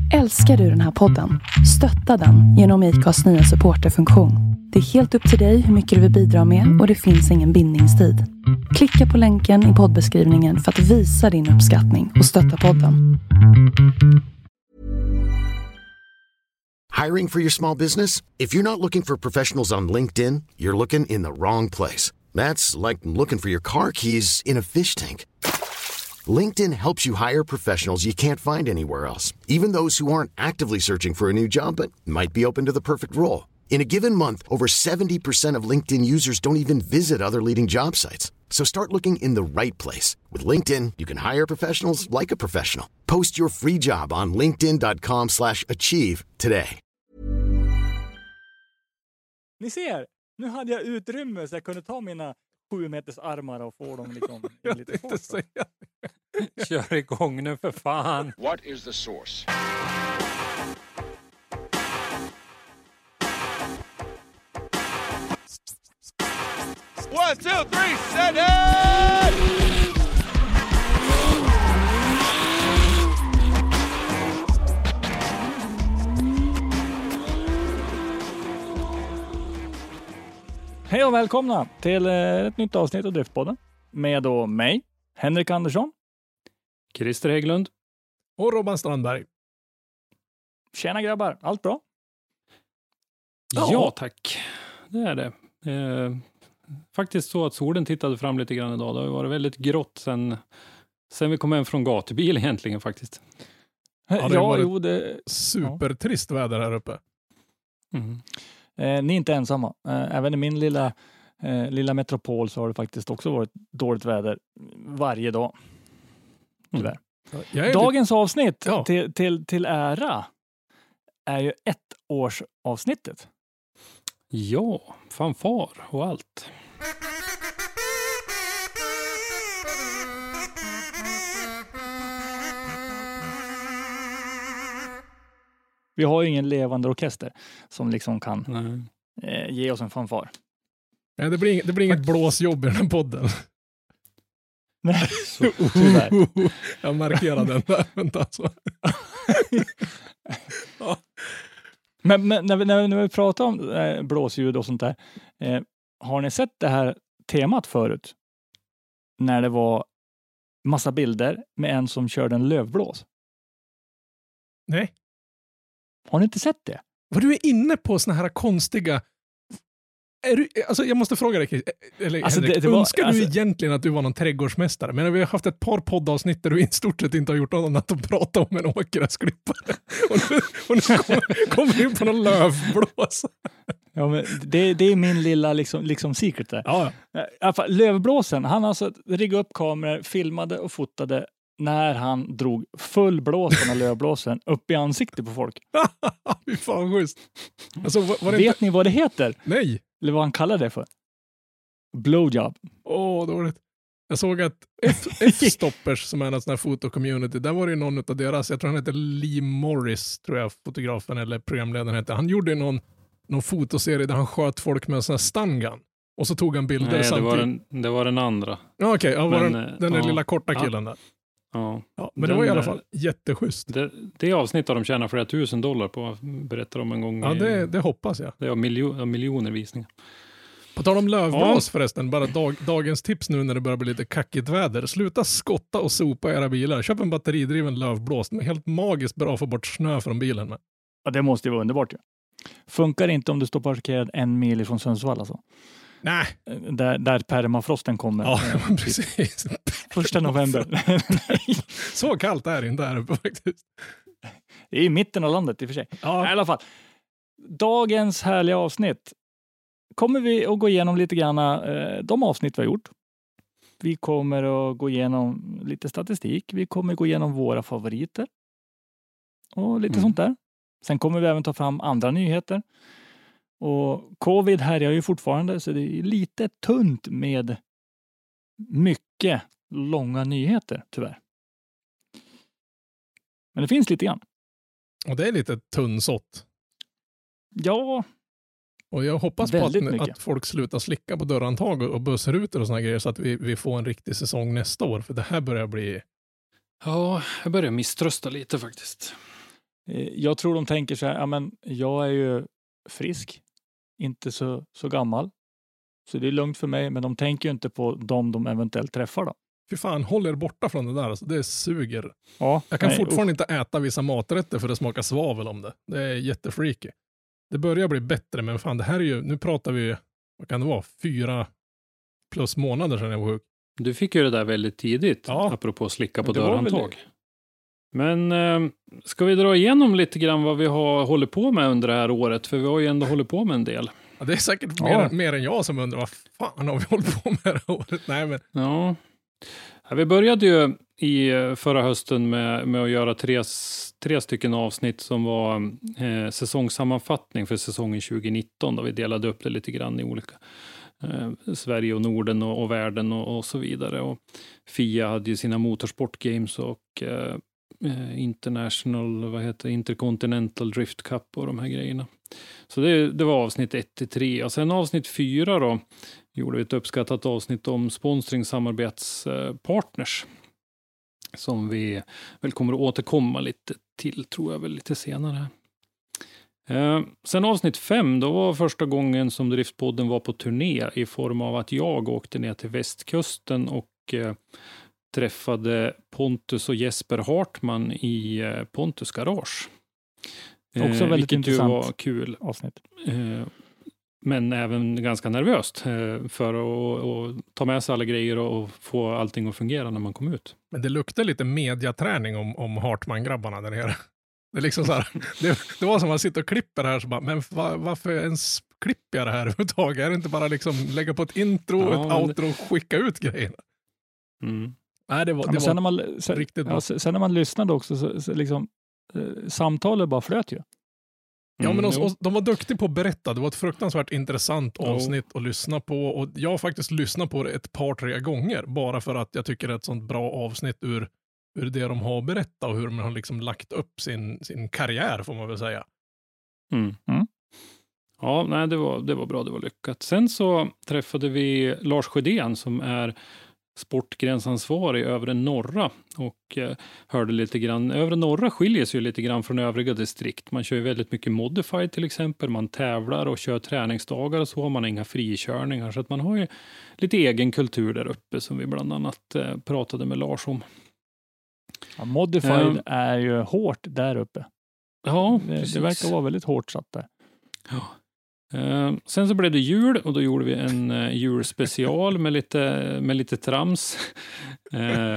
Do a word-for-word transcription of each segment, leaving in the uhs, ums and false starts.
Älskar du den här podden? Stötta den genom I C A:s nya supporterfunktion. Det är helt upp till dig hur mycket du vill bidra med och det finns ingen bindningstid. Klicka på länken i poddbeskrivningen för att visa din uppskattning och stötta podden. Hiring for your small business? If you're not looking for professionals on LinkedIn, you're looking in the wrong place. That's like looking for your car keys in a fish tank. LinkedIn helps you hire professionals you can't find anywhere else, even those who aren't actively searching for a new job but might be open to the perfect role. In a given month, over seventy percent of LinkedIn users don't even visit other leading job sites. So start looking in the right place. With LinkedIn, you can hire professionals like a professional. Post your free job on linkedin dot com slash achieve today. Ni ser, nu hade jag utrymme så jag kunde ta mina sju meters armar och få dem liksom jag lite fart. säga. Kör igång nu för fan. What is the source? One, two, three, set it! Hej och välkomna till ett nytt avsnitt av Driftpodden med då mig, Henrik Andersson. Christer Hägglund. Och Robban Strandberg. Tjena grabbar, allt bra? Ja, ja tack. Det är det. Eh, faktiskt så att solen tittade fram lite grann idag. Det har varit väldigt grått sen, sen vi kom hem från gatubil egentligen faktiskt. Ja, det ja var jo, det... supertrist ja. väder här uppe. Mm. Eh, ni är inte ensamma. Eh, även i min lilla, eh, lilla metropol så har det faktiskt också varit dåligt väder varje dag. Tyvärr. Mm. Dagens lite... avsnitt ja. till, till, till ära är ju ett års avsnittet. Ja, fanfar och allt. Vi har ju ingen levande orkester som liksom kan eh, ge oss en fanfar. Nej, det blir, inget, det blir inget blåsjobb i den här podden. Nej, så, tyvärr. Jag markerar den där. Vänta alltså. ja. Men, men när, vi, när, vi, när vi pratar om eh, blåsljud och sånt där. Eh, har ni sett det här temat förut? När det var massa bilder med en som körde en lövblås. Nej. Har ni inte sett det? Vad du är inne på såna här konstiga... Är du, alltså jag måste fråga dig, eller alltså Henrik, det, det var, önskar alltså, du egentligen att du var någon trädgårdsmästare? Men vi har haft ett par poddavsnitt där du i stort sett inte har gjort något annat att prata om en åkgräsklippare. Och nu, och nu kommer, kommer du in på någon lövblås. Ja, men det, det är min lilla liksom, liksom secret där. Ja. I alla fall, lövblåsen, han alltså riggade upp kameror, filmade och fotade när han drog full blås av lövblåsen upp i ansiktet på folk. Fy fan schysst. Alltså, var, var det Vet inte... ni vad det heter? Nej. Eller vad han kallar det för? Blowjob. Åh, oh, dåligt. Jag såg att F- F-stoppers som är en sån här fotocommunity, där var det någon av deras, jag tror han heter Lee Morris, tror jag fotografen eller programledaren heter. Han gjorde någon, någon fotoserie där han sköt folk med en sån här stungun. Och så tog han bilder Nej, samtidigt. Det var den, det var den andra. Ja, okej. Okay, ja, men, den, den där ja, lilla korta killen ja, där. Ja. ja men den, det var i alla fall jätteschysst. Det, det avsnitt av de tjänar flera tusen dollar på, berättar de en gång. Ja, det, det hoppas jag. Det är miljo, miljoner visningar. På tal om lövblås ja. förresten, bara dag, dagens tips nu när det börjar bli lite kackigt väder. Sluta skotta och sopa era bilar. Köp en batteridriven lövblås. Den är helt magiskt bra att få bort snö från bilen med. Ja, det måste ju vara underbart ju. Funkar inte om du står parkerad en mil från Sundsvall alltså. Nej. Där, där permafrosten kommer. Ja, precis. Första november. Så kallt är det inte här uppe faktiskt. Det är i mitten av landet i och för sig. Ja. I alla fall. Dagens härliga avsnitt kommer vi att gå igenom lite grann eh, de avsnitt vi har gjort. Vi kommer att gå igenom lite statistik. Vi kommer att gå igenom våra favoriter. Och lite mm. sånt där. Sen kommer vi även ta fram andra nyheter. Och covid härjar ju fortfarande så det är lite tunt med mycket långa nyheter tyvärr. Men det finns lite grann. Och det är lite tunnsått. Ja. Och jag hoppas på att, att folk slutar slicka på dörrantag och bussrutor och såna grejer så att vi, vi får en riktig säsong nästa år. För det här börjar bli... Ja, jag börjar misströsta lite faktiskt. Eh, Jag tror de tänker så här, ja men jag är ju frisk, inte så, så gammal. Så det är lugnt för mig, men de tänker ju inte på dem de eventuellt träffar då. Fy fan, håll er borta från det där. Alltså, det suger. Ja, Jag kan nej, fortfarande inte äta vissa maträtter för det smakar svavel om det. Det är jättefreaky. Det börjar bli bättre, men fan det här är ju, nu pratar vi, vad kan det vara, fyra plus månader sedan jag var sjuk. Du fick ju det där väldigt tidigt, Ja. apropå slicka på Men det var väl- dörrhandtag. Men eh, ska vi dra igenom lite grann vad vi har hållit på med under det här året? För vi har ju ändå hållit på med en del. Ja, det är säkert Ja. mer, mer än jag som undrar vad fan har vi hållit på med det här året? Nej, men Ja. Ja, vi började ju i eh, förra hösten med, med att göra tre, tre stycken avsnitt som var eh, säsongssammanfattning för säsongen tjugo nitton. Då vi delade upp det lite grann i olika eh, Sverige och Norden och, och världen och, och så vidare. Och F I A hade ju sina motorsportgames och eh, International, vad heter det, Intercontinental Drift Cup och de här grejerna. Så det, det var avsnitt ett till tre. Och sen avsnitt fyra då gjorde vi ett uppskattat avsnitt om sponsring samarbetspartners. Som vi väl kommer att återkomma lite till, tror jag väl lite senare. Eh, sen avsnitt fem, då var första gången som Driftpodden var på turné i form av att jag åkte ner till västkusten och eh, träffade Pontus och Jesper Hartman i eh, Pontus garage. Också väldigt vilket intressant ju var kul. avsnitt. Eh, men även ganska nervöst eh, för att, att ta med sig alla grejer och få allting att fungera när man kom ut. Men det luktar lite mediaträning om, om Hartman-grabbarna där nere. Det är liksom så här, det, det var som att man sitter och klipper här så bara, men va, varför ens klipper jag det här överhuvudtaget? Är det inte bara liksom lägga på ett intro, Ja, ett men outro och skicka ut grejerna? Mm. Nej, det var, Ja, det men sen, när var man, sen, riktigt bra. ja, sen sen när man lyssnade också så, så liksom eh, samtalet bara flöt ju. Ja, men Mm, de, jo. de var duktiga på att berätta. Det var ett fruktansvärt intressant Jo. avsnitt att lyssna på. Och jag har faktiskt lyssnat på det ett par, tre gånger. Bara för att jag tycker det är ett sånt bra avsnitt ur, ur det de har berättat och hur de har liksom lagt upp sin, sin karriär, får man väl säga. Mm. Mm. Ja, nej, det var, det var bra, det var lyckat. Sen så träffade vi Lars Sjödén som är sportgränsansvarig i övre norra och eh, hörde lite grann. Övre norra skiljer sig ju lite grann från övriga distrikt. Man kör ju väldigt mycket modified till exempel. Man tävlar och kör träningsdagar och så har man inga frikörningar. Så att man har ju lite egen kultur där uppe som vi bland annat eh, pratade med Lars om. Ja, modified Mm. är ju hårt där uppe. Ja, Det, precis. det verkar vara väldigt hårt satt där. Ja. Eh, sen så blev det jul och då gjorde vi en eh, julspecial med lite, med lite trams. Eh,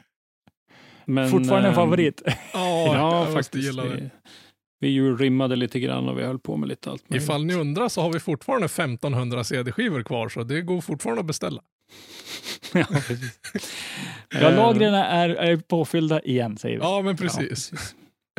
men, Fortfarande en eh, favorit. Ja, Ja, jag måste faktiskt. gilla det. Vi, vi julrimmade lite grann och vi höll på med lite allt möjligt. Ifall ni undrar så har vi fortfarande femtonhundra C D-skivor kvar, så det går fortfarande att beställa. Ja, precis. Ja, Eh, lagren är, är påfyllda igen, säger vi. Ja, men ja, precis. precis.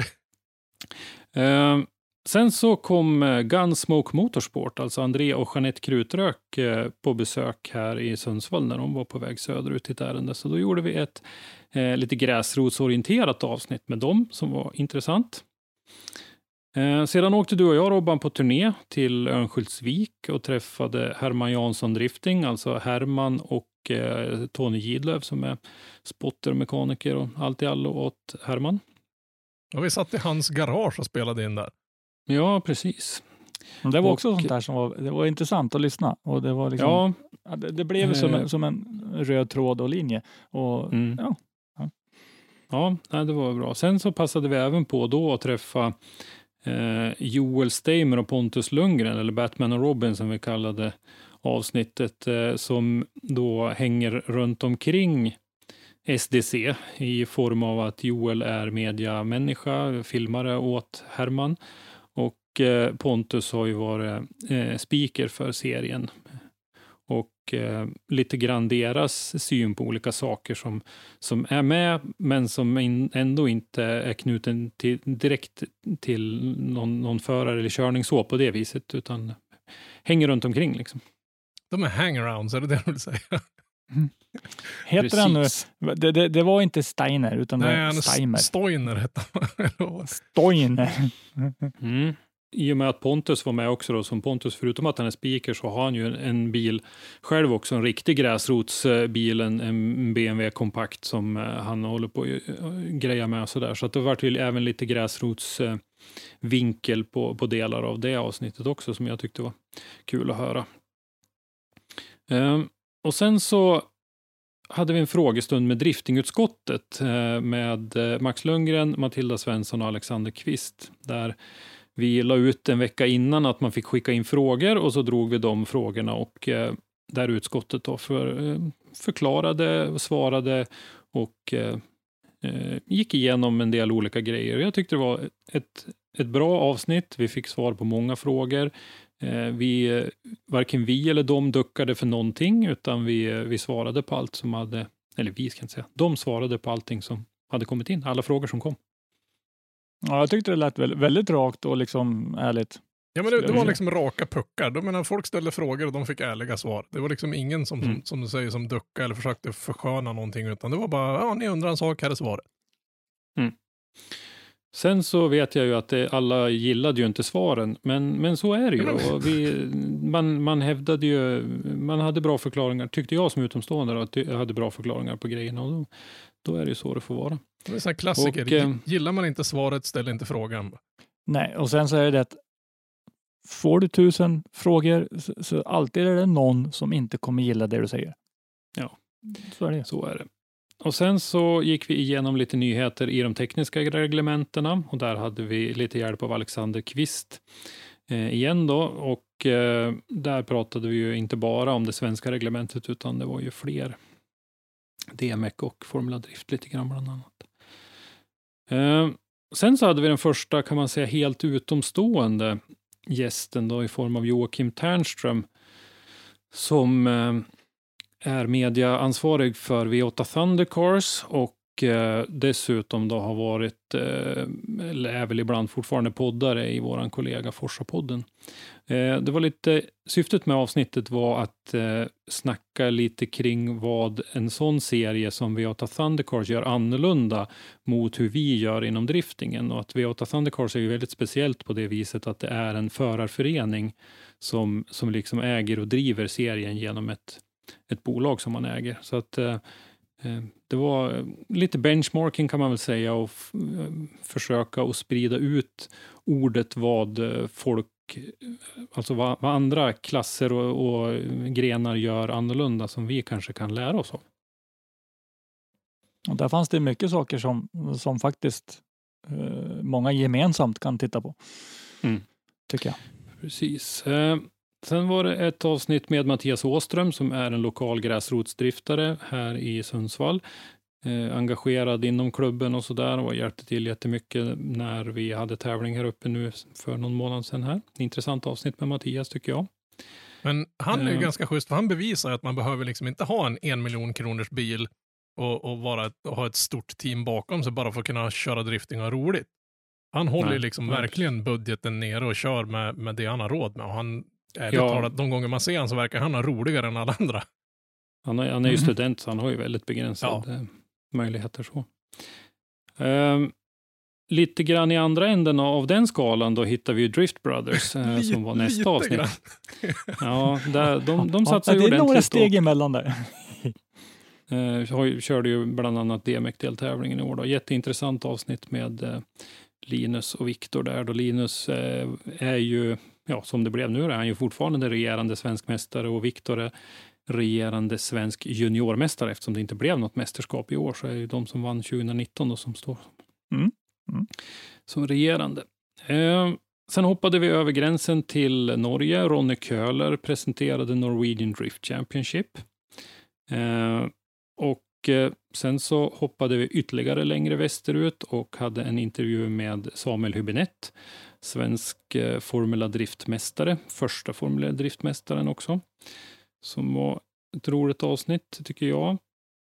Eh, sen så kom eh, Gunsmoke Motorsport, alltså André och Jeanette Krutrök eh, på besök här i Sundsvall när de var på väg söderut i ett ärende. Så då gjorde vi ett eh, lite gräsrotsorienterat avsnitt med dem som var intressant. Eh, sedan åkte du och jag, Robban, på turné till Örnsköldsvik och träffade Herman Jansson Drifting, alltså Herman och eh, Tony Gidlöv som är spottermekaniker och allt i allo åt Herman. Och vi satt i hans garage och spelade in där. Ja, precis. Men det var också Och- sånt där som var, det var intressant att lyssna. Och det, var liksom, Ja, ja, det, det blev som, Eh. en, som en röd tråd och linje. Och, mm. ja. ja nej, det var bra. Sen så passade vi även på då att träffa eh, Joel Steimer och Pontus Lundgren, eller Batman och Robin som vi kallade avsnittet, eh, som då hänger runt omkring S D C i form av att Joel är mediamänniska, filmare åt Herman och eh, Pontus har ju varit eh, speaker för serien och eh, lite grann deras syn på olika saker som, som är med men som in, ändå inte är knuten till, direkt till någon, någon förare eller körning så på det viset utan hänger runt omkring liksom. De är hangarounds, är det det du vill säga? Heter han nu? Precis. Det, det, det var inte Steiner utan det Nej, var han är Steimer. Stoiner hette han. Stoiner. Mm. i och med att Pontus var med också då, som Pontus, förutom att han är speaker, så har han ju en, en bil själv också, en riktig gräsrotsbil, en, en B M W kompakt som han håller på att greja med så där. Så att det var till även lite gräsrotsvinkel på, på delar av det avsnittet också, som jag tyckte var kul att höra. Um, och sen så hade vi en frågestund med driftingutskottet uh, med Max Lundgren, Matilda Svensson och Alexander Kvist, där vi la ut en vecka innan att man fick skicka in frågor, och så drog vi de frågorna, och uh, där utskottet då för, uh, förklarade, svarade och uh, uh, gick igenom en del olika grejer. Jag tyckte det var ett, ett bra avsnitt. Vi fick svar på många frågor. Vi, varken vi eller de duckade för någonting, utan vi, vi svarade på allt som hade, eller vi ska inte säga, de svarade på allting som hade kommit in, alla frågor som kom. Ja, jag tyckte det lät väldigt, väldigt rakt och liksom ärligt. Ja, men det, det var liksom raka puckar. De menar, folk ställde frågor och de fick ärliga svar. Det var liksom ingen som, mm. som, som du säger, som duckade eller försökte försköna någonting, utan det var bara, ja, ni undrar en sak, här är svaret. Mm. Sen så vet jag ju att det, alla gillade ju inte svaren, men, men så är det ju. Och vi, man, man hävdade ju, man hade bra förklaringar, tyckte jag som utomstående då, att jag hade bra förklaringar på grejerna, och då, då är det ju så det får vara. Det är en sån här klassiker, och, eh, gillar man inte svaret, ställ inte frågan. Nej, och sen så är det att får du tusen frågor så, så alltid är det någon som inte kommer gilla det du säger. Ja, så är det. Så är det. Och sen så gick vi igenom lite nyheter i de tekniska reglementerna, och där hade vi lite hjälp av Alexander Kvist eh, igen då, och eh, där pratade vi ju inte bara om det svenska reglementet, utan det var ju fler, D M E C och Formula Drift lite grann bland annat. Eh, sen så hade vi den första, kan man säga, helt utomstående gästen då i form av Joakim Ternström, som eh, är mediaansvarig för V åtta Thundercars, och eh, dessutom då har varit, eh, eller är väl ibland fortfarande poddare i våran kollega Forsa-podden. Eh, det var lite, syftet med avsnittet var att eh, snacka lite kring vad en sån serie som V åtta Thundercars gör annorlunda mot hur vi gör inom driftingen, och att V åtta Thundercars är ju väldigt speciellt på det viset att det är en förarförening som, som liksom äger och driver serien genom ett ett bolag som man äger. Så att eh, det var lite benchmarking, kan man väl säga, och f- försöka att sprida ut ordet vad folk, alltså vad, vad andra klasser och, och grenar gör annorlunda, som vi kanske kan lära oss av. Och där fanns det mycket saker som, som faktiskt eh, många gemensamt kan titta på. Mm. Tycker jag. Precis. Eh, Sen var det ett avsnitt med Mattias Åström, som är en lokal gräsrotsdriftare här i Sundsvall. Eh, engagerad inom klubben och sådär, och hjälpte till jättemycket när vi hade tävling här uppe nu för någon månad sedan här. Intressant avsnitt med Mattias, tycker jag. Men han är ju eh. ganska schysst, för han bevisar att man behöver liksom inte ha en en miljon kronors bil och, och, vara ett, och ha ett stort team bakom sig bara för att kunna köra drifting och ha roligt. Han håller Nej, liksom nej. verkligen budgeten nere och kör med, med det han har råd med. Och han, ärligt Ja. talat, de gånger man ser han så verkar han ha roligare än alla andra. Han är, han är ju Mhm. student, så han har ju väldigt begränsade ja. möjligheter. Så. Um, lite grann i andra änden av den skalan då hittar vi ju Drift Brothers eh, som var nästa Lite avsnitt. grann. Ja, där, de, de satsar ja, ju det är några ordentligt. steg Och, emellan där. eh, har ju, körde ju bland annat D M E C-deltävlingen i år. Då. Jätteintressant avsnitt med eh, Linus och Viktor där. Då Linus eh, är ju, ja, som det blev nu, är han ju fortfarande regerande svensk mästare, och Viktor är regerande svensk juniormästare, eftersom det inte blev något mästerskap i år, så är ju de som vann tjugonitton då som står Mm. Mm. som regerande. Eh, sen hoppade vi över gränsen till Norge. Ronny Köhler presenterade Norwegian Drift Championship. Eh, och eh, sen så hoppade vi ytterligare längre västerut och hade en intervju med Samuel Hübinette, svensk eh, Formula Driftmästare, första Formula Driftmästaren också, som var ett roligt avsnitt, tycker jag.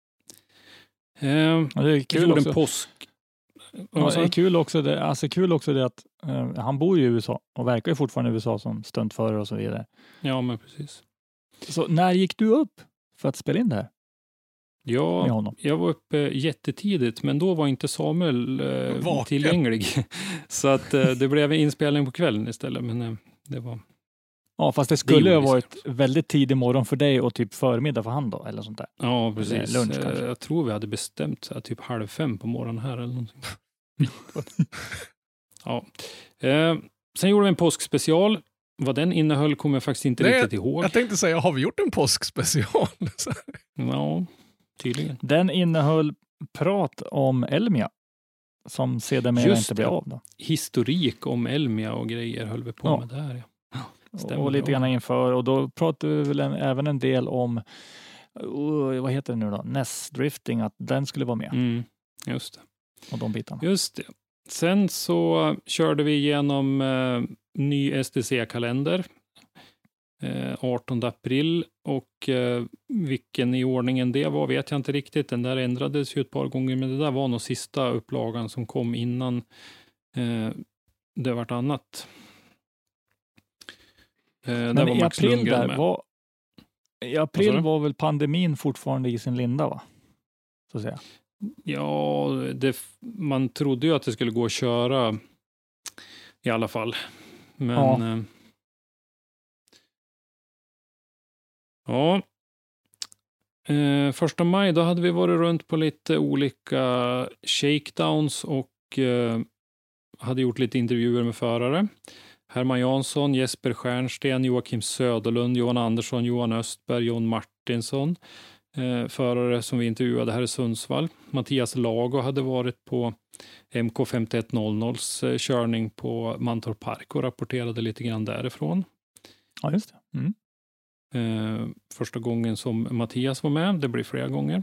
Eh, Ja, det är kul gjorde också. en påsk. Ja, det är kul också det, alltså kul också det att eh, han bor ju i U S A och verkar ju fortfarande i U S A som stuntförare och så vidare. Ja, men precis. Så när gick du upp för att spela in det här? med Ja, honom. jag var uppe jättetidigt, men då var inte Samuel eh, Vaken. tillgänglig. Så att eh, det blev en inspelning på kvällen istället, men eh, det var... Ja, fast det skulle Det ha gjorde varit väldigt tidig morgon för dig och typ förmiddag för han då, eller sånt där. Ja, precis. Eller lunch Eh, kanske. Jag tror vi hade bestämt så här, typ halv fem på morgonen här eller någonting. Ja. Eh, sen gjorde vi en påskspecial. Vad den innehöll kommer jag faktiskt inte Nej, riktigt ihåg. Jag tänkte säga, har vi gjort en påskspecial? Så- Ja, tydligen. Den innehöll prat om Elmia som sedermera Just inte blev det. av. Då. Historik om Elmia och grejer höll vi på Ja. med där. Ja. Stämmer Och lite bra. grann inför. Och då pratade vi väl en, även en del om, uh, vad heter det nu då? N E S-drifting, att den skulle vara med. Mm, just det. Och de bitarna. Just det. Sen så körde vi igenom eh, ny S D C-kalender. Eh, artonde april och eh, vilken i ordningen det var vet jag inte riktigt. Den där ändrades ju ett par gånger, men det där var nog sista upplagan som kom innan eh, det vart annat. Eh, där Men var i Max april Lundgren där med. var, i Vad april sa du? var väl pandemin fortfarande i sin linda, va? Så att säga. Ja, det, man trodde ju att det skulle gå att köra i alla fall. Men Ja. eh, ja. Eh, första maj, då hade vi varit runt på lite olika shakedowns och eh, hade gjort lite intervjuer med förare. Herman Jansson, Jesper Stjernsten, Joakim Söderlund, Johan Andersson, Johan Östberg, John Martinsson. Eh, förare som vi intervjuade här i Sundsvall. Mattias Lago hade varit på M K femtioett hundras eh, körning på Mantorp Park och rapporterade lite grann därifrån. Ja, just det. Mm. Eh, första gången som Mattias var med, det blir flera gånger.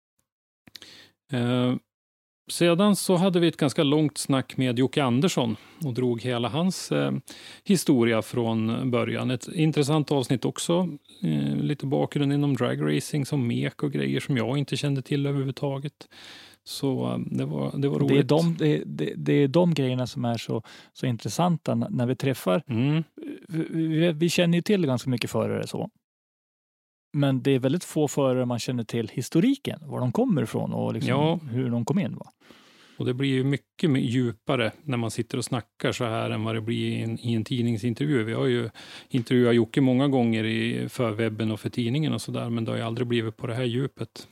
Eh, sedan så hade vi ett ganska långt snack med Jocke Andersson och drog hela hans eh, historia från början. Ett intressant avsnitt också. Eh, lite bakgrund inom dragracing som mek och grejer som jag inte kände till överhuvudtaget. Så eh, det var, det var roligt. Det är, de, det, det, det är de grejerna som är så, så intressanta n- när vi träffar. Mm. Vi, vi känner ju till ganska mycket förare så. Men det är väldigt få förare man känner till historiken, var de kommer ifrån och liksom Ja. hur de kom in. Va? Och det blir ju mycket mer djupare när man sitter och snackar så här än vad det blir i en, i en tidningsintervju. Vi har ju intervjuat Jocke många gånger i, för webben och för tidningen och sådär, men det har ju aldrig blivit på det här djupet.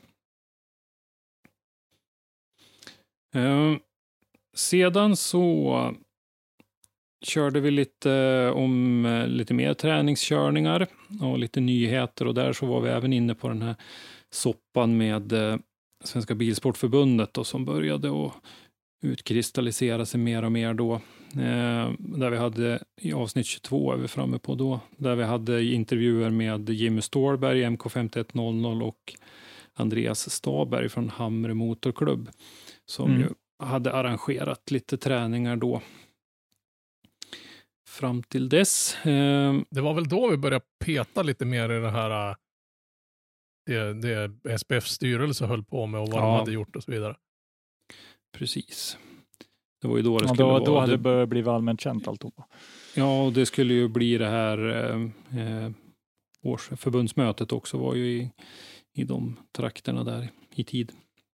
Eh, sedan så körde vi lite om eh, lite mer träningskörningar och lite nyheter och där så var vi även inne på den här soppan med eh, Svenska Bilsportförbundet då, som började att utkristallisera sig mer och mer då. Eh, där vi hade i avsnitt tjugotvå är vi framme på då, där vi hade intervjuer med Jimmy Ståhlberg i M K femtioett hundra och Andreas Staberg från Hamre Motorklubb som Mm. ju hade arrangerat lite träningar då. Fram till dess. Eh, Det var väl då vi började peta lite mer i det här äh, det, det S P F:s styrelse höll på med och vad Ja. de hade gjort och så vidare. precis. Det var ju då det Ja, skulle då, vara. då hade det, det börjat bli allmänt känt alltihopa. ja, och det skulle ju bli det här eh, eh, årsförbundsmötet också var ju i, i de trakterna där i tid.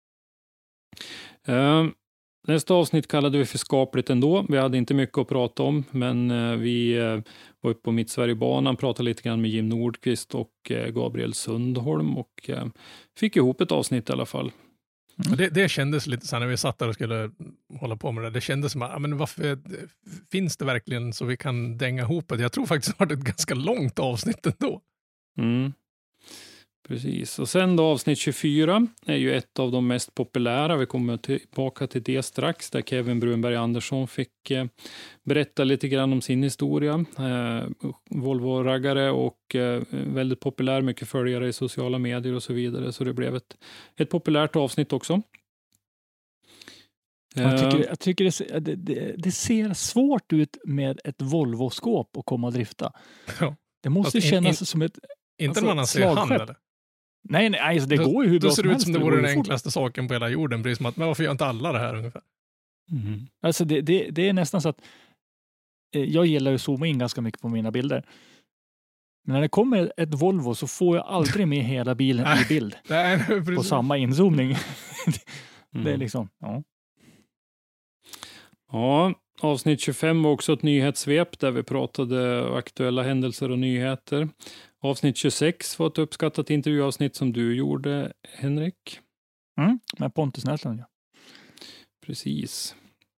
Eh, nästa avsnitt kallade vi för skapligt ändå. Vi hade inte mycket att prata om, men eh, vi eh, var uppe på Mittsverigebanan, pratade lite grann med Jim Nordqvist och eh, Gabriel Sundholm och eh, fick ihop ett avsnitt i alla fall. Och det, det kändes lite så här när vi satt där och skulle hålla på med det. Det kändes som att, ja, men varför finns det verkligen så vi kan dänga ihop det? Jag tror faktiskt att det var ett ganska långt avsnitt ändå. Mm. Precis. Och sen då avsnitt tjugofyra är ju ett av de mest populära. Vi kommer tillbaka till det strax där Kevin Brunberg Andersson fick eh, berätta lite grann om sin historia. Eh, Volvo-raggare och eh, väldigt populär, mycket följare i sociala medier och så vidare. Så det blev ett, ett populärt avsnitt också. Jag Eh, tycker, jag tycker det, ser- det, det, det ser svårt ut med ett Volvo-skåp och komma och drifta. Ja. Det måste Fast in- kännas in- som ett... Inte Alltså, när man ser hand slagskepp. eller? Nej, nej alltså det Då- går ju hur Då bra ser som det ut helst. som det går vore ju den fort. enklaste saken på hela jorden. Precis som att, men varför gör inte alla det här ungefär? mhm. Alltså det, det, det är nästan så att eh, jag gillar att zooma in ganska mycket på mina bilder. Men när det kommer ett Volvo så får jag aldrig med hela bilen i bild. Nej, precis. På samma inzoomning. Det är Mm. liksom, ja. Ja, avsnitt tjugofem var också ett nyhetssvep där vi pratade aktuella händelser och nyheter. Avsnitt tjugosex var ett uppskattat intervjuavsnitt som du gjorde, Henrik. Mm, med Pontus Näslund, ja. Precis.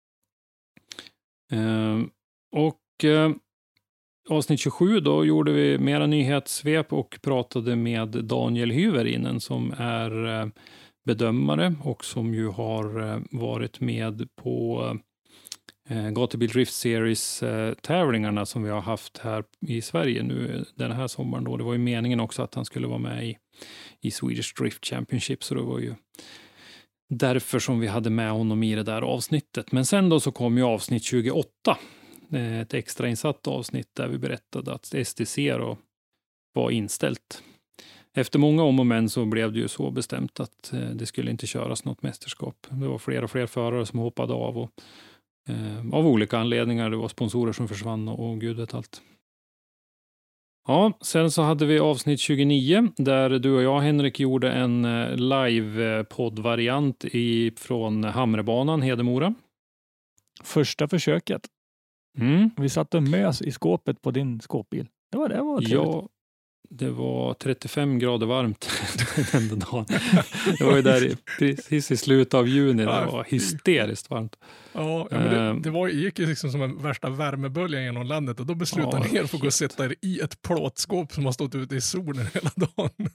Eh, och eh, avsnitt tjugosju då gjorde vi mera nyhetssvep och pratade med Daniel Hyvärinen som är eh, bedömare och som ju har eh, varit med på eh, Gatubil Drift Series eh, tävlingarna som vi har haft här i Sverige nu den här sommaren då. Det var ju meningen också att han skulle vara med i, i Swedish Drift Championship, så det var ju därför som vi hade med honom i det där avsnittet. Men sen då så kom ju avsnitt tjugoåtta, ett extrainsatt avsnitt där vi berättade att S T C då var inställt. Efter många om och men så blev det ju så bestämt att det skulle inte köras något mästerskap. Det var fler och fler förare som hoppade av och eh, av olika anledningar. Det var sponsorer som försvann och, och gud vet allt. Ja, sen så hade vi avsnitt tjugonio där du och jag, Henrik, gjorde en live-podd-variant från Hamrebanan, Hedemora. Första försöket. Mm. Vi satt och mös i skåpet på din skåpbil. Det var, det var trevligt. Ja, det var trettiofem grader varmt den dagen. Det var ju där precis i slutet av juni. Det var hysteriskt varmt. Ja, ja men det, det var, gick ju liksom som en värsta värmebölja genom landet och då beslutade ja, ni er för att gå och sätta er i ett plåtskåp som har stått ute i solen hela dagen.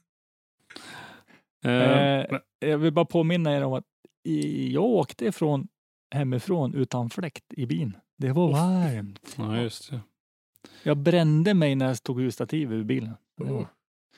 Eh, jag vill bara påminna er om att jag åkte ifrån hemifrån utan fläkt i bilen. Det var varmt. Ja, just det. Jag brände mig när jag stod ur stativ ur bilen. Oh.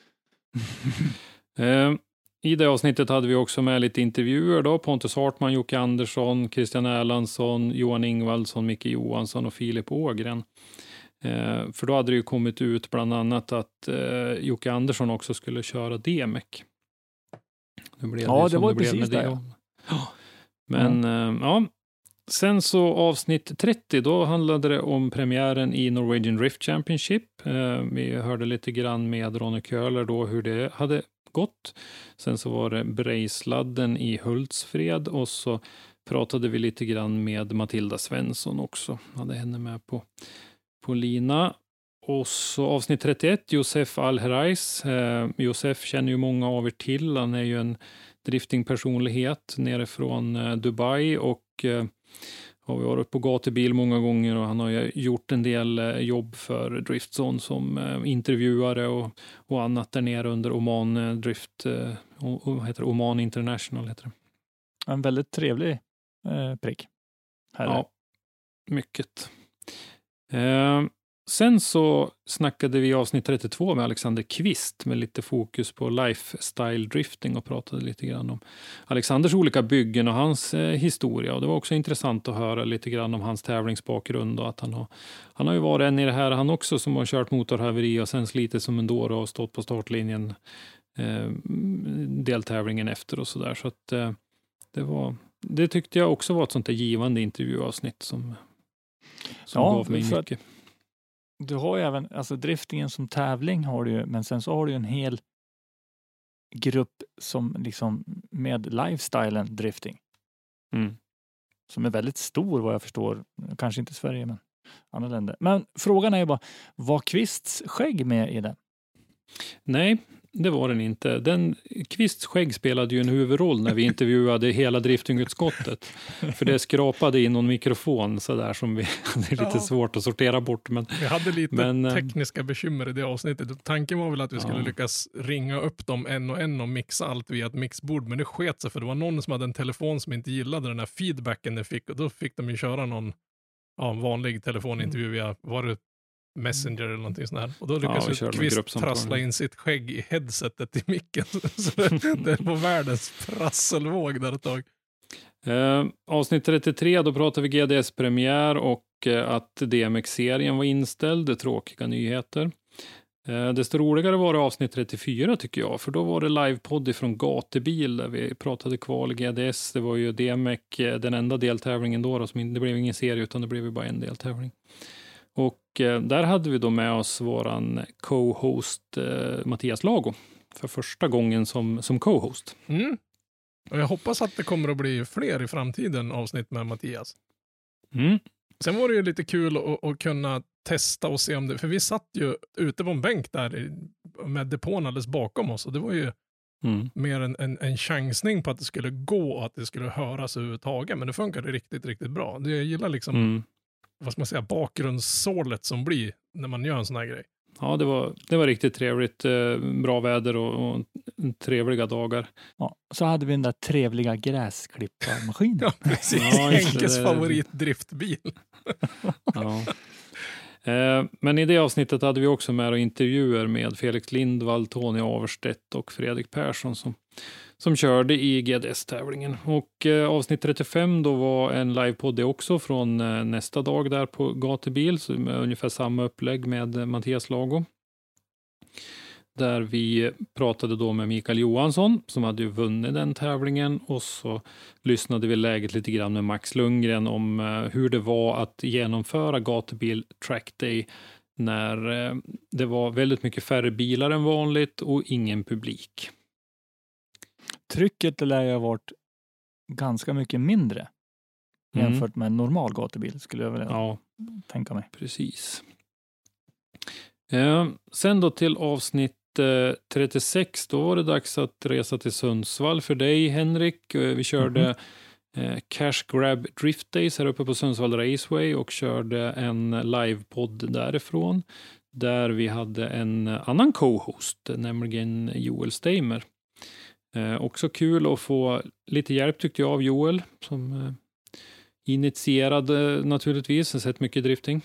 eh, I det avsnittet hade vi också med lite intervjuer då. Pontus Hartman, Jocke Andersson, Christian Erlandsson, Johan Ingvaldsson, Micke Johansson och Filip Ågren. Eh, för då hade det ju kommit ut bland annat att eh, Jocke Andersson också skulle köra D M E C. Det blev ja, det, det var det precis blev det. Ja. Men mm. eh, ja, sen så avsnitt trettio, då handlade det om premiären i Norwegian Drift Championship. Eh, vi hörde lite grann med Ronny Köhler då hur det hade gått. Sen så var det Brejsladden i Hultsfred och så pratade vi lite grann med Matilda Svensson också. Hade henne med på, på lina. Och så avsnitt trettioett, Josef Al-Herais. Eh, Josef känner ju många av er till. Han är ju en driftingpersonlighet nerifrån eh, Dubai och eh, har varit på gatubil många gånger och han har ju gjort en del eh, jobb för Driftzone som eh, intervjuare och, och annat där nere under Oman eh, Drift, eh, och, och heter det? Oman International heter det. En väldigt trevlig eh, prick. Herre. Ja, mycket. Eh, sen så snackade vi i avsnitt trettiotvå med Alexander Kvist med lite fokus på lifestyle drifting och pratade lite grann om Alexanders olika byggen och hans eh, historia. Och det var också intressant att höra lite grann om hans tävlingsbakgrund och att han har, han har ju varit en i det här han också som har kört motorhaveri och sen slitit som en dåre och stått på startlinjen eh, deltävlingen efter och sådär. Så att eh, det var, det tyckte jag också var ett sånt där givande intervjuavsnitt som, som ja, gav mig mycket. Du har ju även, alltså driftingen som tävling har du ju, men sen så har du ju en hel grupp som liksom med lifestylen drifting. Mm. Som är väldigt stor vad jag förstår. Kanske inte i Sverige men andra länder. Men frågan är ju bara, var Kvists skägg med i den? Nej, det var den inte. Den Kvists skägg spelade ju en huvudroll när vi intervjuade hela driftingutskottet. För det skrapade in någon mikrofon så där som vi hade lite ja. svårt att sortera bort. Men, vi hade lite men, tekniska bekymmer i det avsnittet. Tanken var väl att vi skulle ja. lyckas ringa upp dem en och en och mixa allt via ett mixbord. Men det sket sig för det var någon som hade en telefon som inte gillade den här feedbacken de fick. Och då fick de ju köra någon ja, vanlig telefonintervju via, var det Messenger eller någonting sånt här. Och då lyckas ja, Kvist trassla in sitt skägg i headsetet i micken. Så det, det var världens prasselvåg där ett tag. Eh, avsnitt trettiotre, då pratade vi G D S-premiär och eh, att D M X-serien var inställd. Tråkiga nyheter. Eh, desto roligare var det avsnitt trettiofyra tycker jag. För då var det livepodd från Gatubil där vi pratade kval G D S. Det var ju D M X, den enda deltävlingen då. då som, det blev ingen serie utan det blev ju bara en deltävling. Och eh, där hade vi då med oss våran co-host eh, Mattias Lago för första gången som, som co-host. Mm. Och jag hoppas att det kommer att bli fler i framtiden avsnitt med Mattias. Mm. Sen var det ju lite kul att, att kunna testa och se om det, för vi satt ju ute på en bänk där med depån alldeles bakom oss och det var ju mm. mer en, en, en chansning på att det skulle gå och att det skulle höras överhuvudtaget, men det funkade riktigt, riktigt bra. Det jag gillar liksom, mm. vad ska man säga, bakgrundssålet som blir när man gör en sån här grej. Ja, det var, det var riktigt trevligt. Bra väder och, och trevliga dagar. Ja, så hade vi den där trevliga gräsklipparmaskinen. Ja, precis. Ja, Henkes favoritdriftbil. Ja. Eh, men i det avsnittet hade vi också med intervjuer med Felix Lindvall, Tony Averstedt och Fredrik Persson som, som körde i G D S-tävlingen. Och eh, avsnitt trettiofem då var en livepodd också från eh, nästa dag där på Gatubil, så med ungefär samma upplägg med eh, Mattias Lago. Där vi pratade då med Mikael Johansson som hade ju vunnit den tävlingen, och så lyssnade vi läget lite grann med Max Lundgren om eh, hur det var att genomföra Gatubil Track Day när eh, det var väldigt mycket färre bilar än vanligt och ingen publik. Trycket lär ju ha varit ganska mycket mindre mm. jämfört med en normal gatubil, skulle jag vilja ja, tänka mig. Precis. Eh, sen då till avsnitt eh, trettiosex, då var det dags att resa till Sundsvall för dig, Henrik. Eh, vi körde mm-hmm. eh, Cash Grab Drift Days här uppe på Sundsvall Raceway och körde en livepodd därifrån där vi hade en annan co-host, nämligen Joel Steimer. Eh, också kul att få lite hjälp tyckte jag av Joel som eh, initierade naturligtvis, har sett mycket drifting.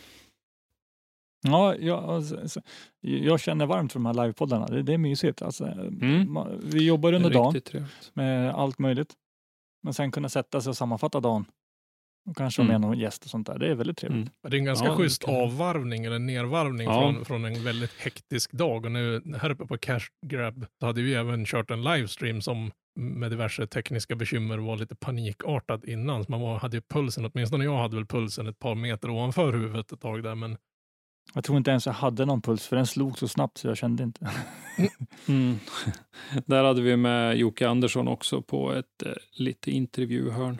Ja, jag, alltså, jag känner varmt för de här livepoddarna. Det, det är mysigt. Alltså, mm. Vi jobbar under dagen med allt möjligt. Men sen kunna sätta sig och sammanfatta dagen. Och kanske mm. med någon gäst och sånt där. Det är väldigt trevligt. Mm. Det är en ganska ja, schysst avvarvning eller nervarvning ja. från, från en väldigt hektisk dag. Och nu här uppe på Cash Grab så hade vi även kört en livestream som med diverse tekniska bekymmer var lite panikartad innan. Så man var, hade ju pulsen, åtminstone jag hade väl pulsen ett par meter ovanför huvudet ett tag där. Men jag tror inte ens jag hade någon puls för den slog så snabbt så jag kände inte. mm. Där hade vi med Jocke Andersson också på ett eh, lite intervjuhörn.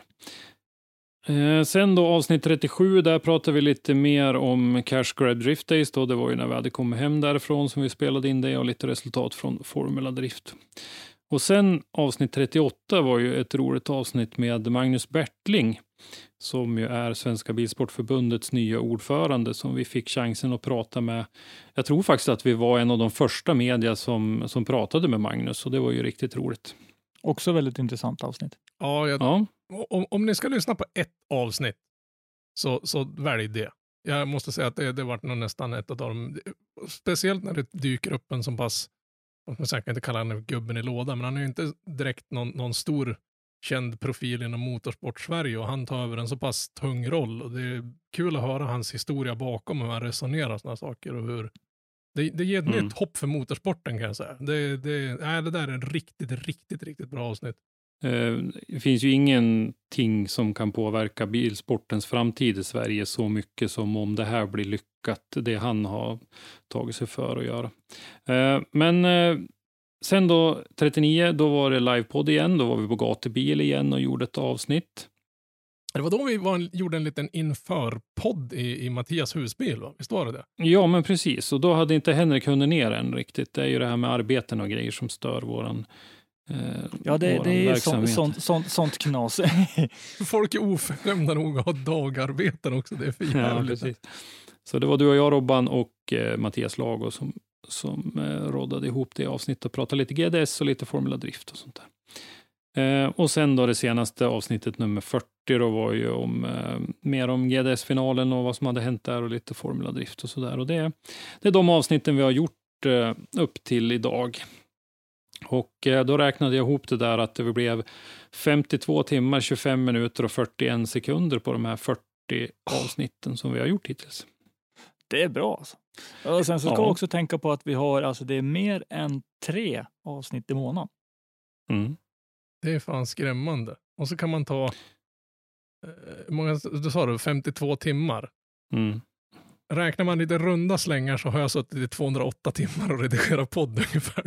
Eh, sen då avsnitt trettiosju, där pratade vi lite mer om Cash Grab Drift Days då. Det var ju när vi hade kommit hem därifrån som vi spelade in det och lite resultat från Formula Drift. Och sen avsnitt trettioåtta var ju ett roligt avsnitt med Magnus Bertling som ju är Svenska Bilsportförbundets nya ordförande som vi fick chansen att prata med. Jag tror faktiskt att vi var en av de första media som, som pratade med Magnus och det var ju riktigt roligt. Också väldigt intressant avsnitt. Ja, jag, ja. Om, om ni ska lyssna på ett avsnitt så, så välj det. Jag måste säga att det, det varit nog nästan ett av dem. Speciellt när det dyker upp en som pass, man kan inte kalla honom gubben i låda, men han är ju inte direkt någon, någon stor känd profil inom motorsport Sverige och han tar över en så pass tung roll och det är kul att höra hans historia bakom hur han resonerar sådana saker och hur det, det ger ett mm. nytt hopp för motorsporten kan jag säga. Det, det, nej, det där är en riktigt, riktigt, riktigt bra avsnitt. Det finns ju ingenting som kan påverka bilsportens framtid i Sverige så mycket som om det här blir lyckat, det han har tagit sig för att göra. Men sen då trettionio, då var det livepodd igen, då var vi på Gatubil igen och gjorde ett avsnitt. Det var då vi var, gjorde en liten införpodd i, i Mattias husbil, va? Visst var det det? Ja, men precis. Och då hade inte Henrik hunnit ner än riktigt. Det är ju det här med arbeten och grejer som stör våran Eh, ja, det, det är sånt, sånt, sånt, sånt knas. Folk är oförskämda nog att ha dagarbeten också. Det är för jävligt. Ja, så det var du och jag, Robban, och eh, Mattias Lago som, som eh, rådade ihop det avsnittet och pratade lite G D S och lite Formula Drift och sånt där. Eh, och sen då det senaste avsnittet nummer fyrtio då var ju om eh, mer om G D S-finalen och vad som hade hänt där och lite Formula Drift och sådär. Och det, det är de avsnitten vi har gjort eh, upp till idag. Och eh, då räknade jag ihop det där att det blev femtiotvå timmar, tjugofem minuter och fyrtioen sekunder på de här fyrtio avsnitten som vi har gjort hittills. Det är bra alltså. Och sen så ska ja. vi också tänka på att vi har, alltså det är mer än tre avsnitt i månaden. Mm. Det är fan skrämmande. Och så kan man ta, eh, många, du sa det, femtiotvå timmar. Mm. räknar man lite runda slängar så har jag suttit i tvåhundraåtta timmar och redigerat podd ungefär.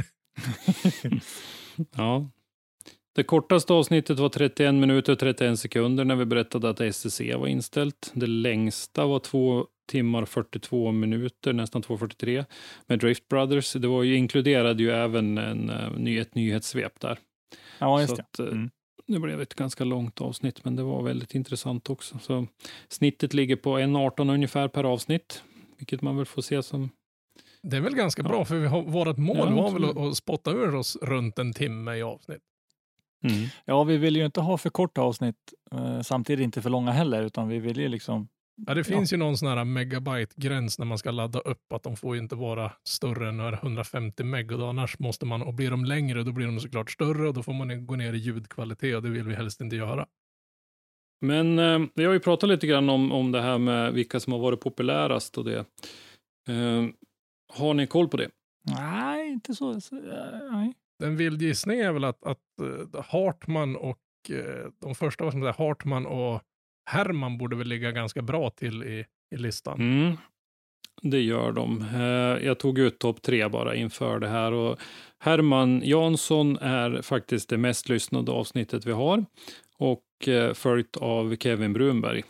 Ja. Det kortaste avsnittet var trettioen minuter och trettioen sekunder när vi berättade att S C C var inställt. Det längsta var två timmar fyrtiotvå minuter, nästan två fyrtiotre med Drift Brothers. Det var ju inkluderade ju även en, en, ett nyhetssvep där. Ja, just så det. att, Mm. Det blev ett ganska långt avsnitt, men det var väldigt intressant också. Så snittet ligger på en arton ungefär per avsnitt, vilket man väl får se som... Det är väl ganska bra, för vi har, vårt mål Ja, var väl absolut. att, att spotta ur oss runt en timme i avsnitt. Mm. Ja, vi vill ju inte ha för korta avsnitt, eh, samtidigt inte för långa heller, utan vi vill ju liksom... Ja, det finns ju någon sån här megabyte-gräns när man ska ladda upp, att de får ju inte vara större än hundrafemtio meg, och då annars måste man, och blir de längre då blir de såklart större och då får man gå ner i ljudkvalitet, och det vill vi helst inte göra. Men eh, vi har ju pratat lite grann om, om det här med vilka som har varit populärast och det. Eh, har ni koll på det? Nej, inte så. så eh, nej. Den vild gissning är väl att, att uh, Hartman och uh, de första, vad ska man säga, Hartman och Herman borde väl ligga ganska bra till i, i listan. Mm. Det gör de. Eh, jag tog ut topp tre bara inför det här, och Herman Jansson är faktiskt det mest lyssnade avsnittet vi har, och eh, följt av Kevin Brunberg.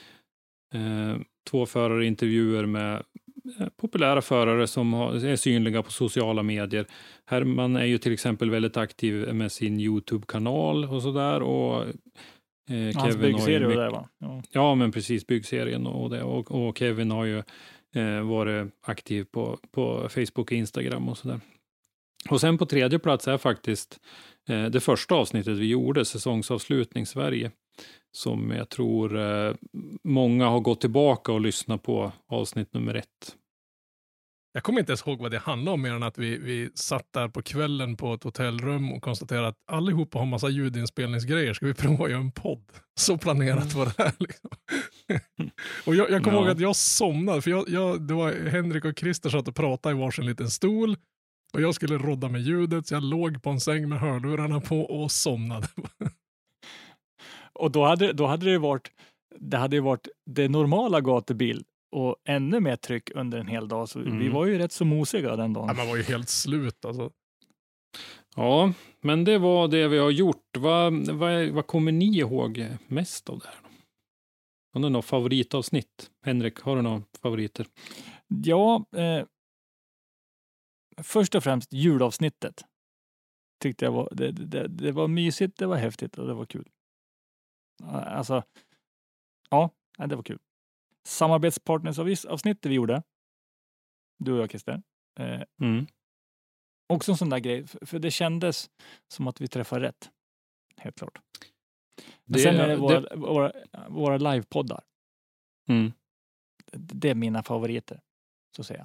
Eh, två förarintervjuer med eh, populära förare som har, är synliga på sociala medier. Herman är ju till exempel väldigt aktiv med sin YouTube-kanal och sådär, och eh, Hans Kevin har ju byggserie och mycket, det, va? Ja. ja, men precis, byggserien och det, och, och Kevin har ju eh, varit aktiv på, på Facebook och Instagram och sådär. Och sen på tredje plats är faktiskt eh, det första avsnittet vi gjorde, säsongsavslutning Sverige, som jag tror eh, många har gått tillbaka och lyssnat på avsnitt nummer ett. Jag kommer inte ens ihåg vad det handlade om, mer än att vi, vi satt där på kvällen på ett hotellrum och konstaterade att allihopa har massa ljudinspelningsgrejer. Ska vi prova att göra en podd? Så planerat var det här. Liksom. Och jag, jag kommer Ja. ihåg att jag somnade, för jag, jag, det var Henrik och Christer satt och pratade i varsin liten stol. Och jag skulle rodda med ljudet, så jag låg på en säng med hörlurarna på och somnade. Och då hade, då hade det varit det hade ju varit det normala gatubil och ännu mer tryck under en hel dag. Så Mm. vi var ju rätt så mosiga den dagen. Ja, man var ju helt slut alltså. Ja, men det var det vi har gjort. Vad, vad, vad kommer ni ihåg mest av det här? Har du något favoritavsnitt? Henrik, har du några favoriter? Ja, eh, först och främst julavsnittet. Tyckte jag var, det, det, det var mysigt, det var häftigt och det var kul. Alltså, ja, det var kul. Samarbetspartnersavsnittet vi gjorde, du och jag, Christer. Eh, Mm. också en sån där grej, för, för det kändes som att vi träffade rätt. Helt klart. Men Det- sen är det våra, det- våra, våra livepoddar. Mm. Det är mina favoriter, så att säga.